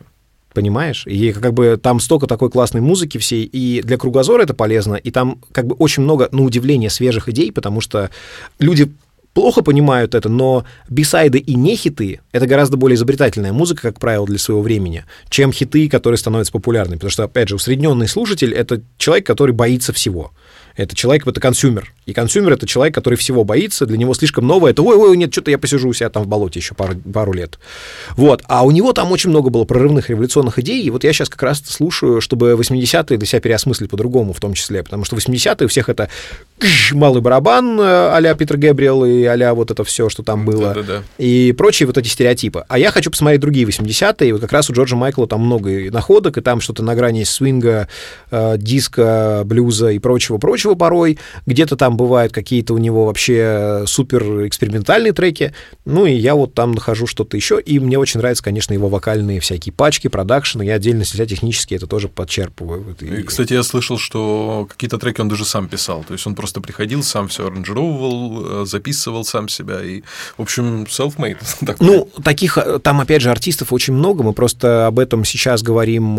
Понимаешь? И как бы там столько такой классной музыки всей, и для кругозора это полезно, и там как бы очень много, на удивление, свежих идей, потому что люди плохо понимают это, но бисайды и не хиты — это гораздо более изобретательная музыка, как правило, для своего времени, чем хиты, которые становятся популярными. Потому что, опять же, усредненный слушатель — это человек, который боится всего. Это человек, это консюмер. И консюмер — это человек, который всего боится, для него слишком новое. Это ой-ой, нет, что-то я посижу у себя там в болоте еще пару, пару лет. Вот. А у него там очень много было прорывных революционных идей, и вот я сейчас как раз слушаю, чтобы восьмидесятые для себя переосмыслить по-другому в том числе, потому что восьмидесятые у всех это малый барабан а-ля Питер Гэбриэл и а-ля вот это все, что там было, Да-да-да. и прочие вот эти стереотипы. А я хочу посмотреть другие восьмидесятые, и вот как раз у Джорджа Майкла там много и находок, и там что-то на грани свинга, э, диска, блюза и прочего-прочего порой. Где-то там бывают какие-то у него вообще супер экспериментальные треки. Ну, и я вот там нахожу что-то еще. И мне очень нравятся, конечно, его вокальные всякие пачки, продакшены. Я отдельно, если технически, это тоже подчерпываю. И, кстати, я слышал, что какие-то треки он даже сам писал. То есть он просто приходил, сам все аранжировал, записывал сам себя. И, в общем, self-made. Ну, таких там, опять же, артистов очень много. Мы просто об этом сейчас говорим,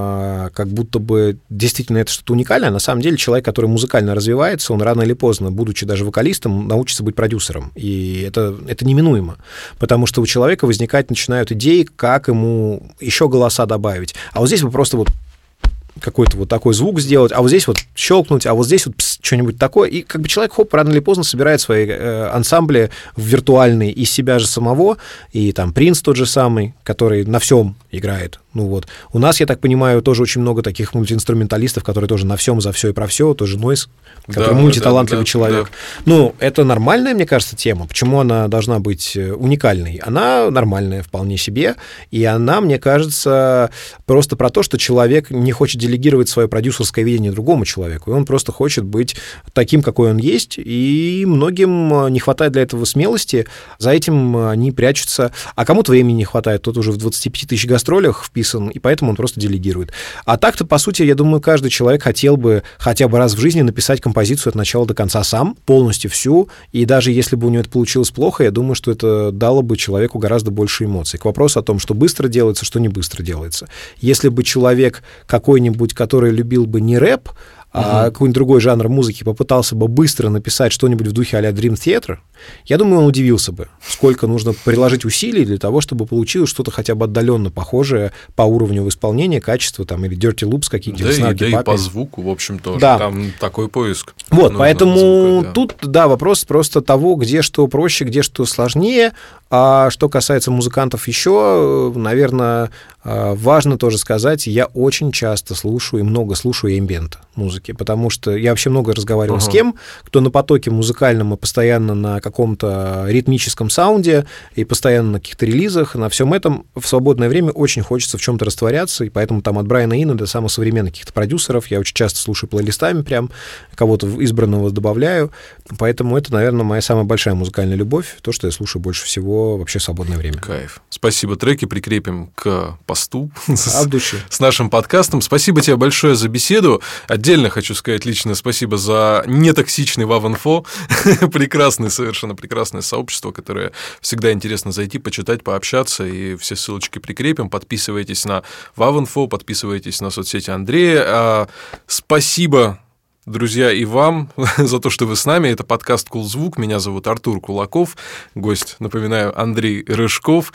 как будто бы действительно это что-то уникальное. На самом деле человек, который музыкально развивается, он рано или поздно, будучи даже вокалистом, научится быть продюсером. И это, это неминуемо. Потому что у человека возникать начинают идеи, как ему еще голоса добавить. А вот здесь вы просто вот какой-то вот такой звук сделать, а вот здесь вот щелкнуть, а вот здесь вот пс, что-нибудь такое. И как бы человек, хоп, рано или поздно собирает свои э, ансамбли виртуальные из себя же самого, и там Принц тот же самый, который на всем играет. Ну вот. У нас, я так понимаю, тоже очень много таких мультиинструменталистов, которые тоже на всем, за все и про все, тоже Нойз, который да, мультиталантливый да, да, человек. Да. Ну, это нормальная, мне кажется, тема. Почему она должна быть уникальной? Она нормальная вполне себе, и она, мне кажется, просто про то, что человек не хочет делегировать свое продюсерское видение другому человеку, и он просто хочет быть таким, какой он есть, и многим не хватает для этого смелости, за этим они прячутся, а кому-то времени не хватает, тот уже в двадцати пяти тысяч гастролях вписан, и поэтому он просто делегирует. А так-то, по сути, я думаю, каждый человек хотел бы хотя бы раз в жизни написать композицию от начала до конца сам, полностью всю, и даже если бы у него это получилось плохо, я думаю, что это дало бы человеку гораздо больше эмоций. К вопросу о том, что быстро делается, что не быстро делается. Если бы человек какой-нибудь, который любил бы не рэп, а uh-huh. какой-нибудь другой жанр музыки попытался бы быстро написать что-нибудь в духе а-ля Dream Theater, я думаю, он удивился бы, сколько нужно приложить усилий для того, чтобы получилось что-то хотя бы отдаленно похожее по уровню исполнения, качества, там, или Dirty Loops какие-то. Да, и, да и по звуку, в общем, тоже. Да. Там такой поиск. Вот, поэтому звука, да. Тут, да, вопрос просто того, где что проще, где что сложнее. А что касается музыкантов еще, наверное, важно тоже сказать, я очень часто слушаю и много слушаю эмбиент музыки, потому что я вообще много разговаривал uh-huh. с кем, кто на потоке музыкальном и постоянно на каком-то ритмическом саунде и постоянно на каких-то релизах, на всем этом в свободное время очень хочется в чем-то растворяться, и поэтому там от Брайана Ино до самых современных каких-то продюсеров я очень часто слушаю плейлистами прям, кого-то избранного добавляю, поэтому это, наверное, моя самая большая музыкальная любовь, то, что я слушаю больше всего вообще в свободное время. Кайф. Спасибо. Треки прикрепим к посту с, с нашим подкастом. Спасибо тебе большое за беседу. Отдельно хочу сказать личное спасибо за нетоксичный Вав-Инфо. Прекрасное, совершенно прекрасное сообщество, которое всегда интересно зайти, почитать, пообщаться. И все ссылочки прикрепим. Подписывайтесь на Вав-Инфо, подписывайтесь на соцсети Андрея. Спасибо, друзья, и вам за то, что вы с нами. Это подкаст «Кулзвук». Меня зовут Артур Кулаков. Гость, напоминаю, Андрей Рыжков.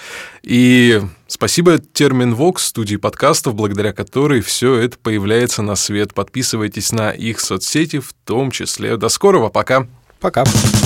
И спасибо Терминвокс, студии подкастов, благодаря которой все это появляется на свет. Подписывайтесь на их соцсети в том числе. До скорого. Пока. Пока.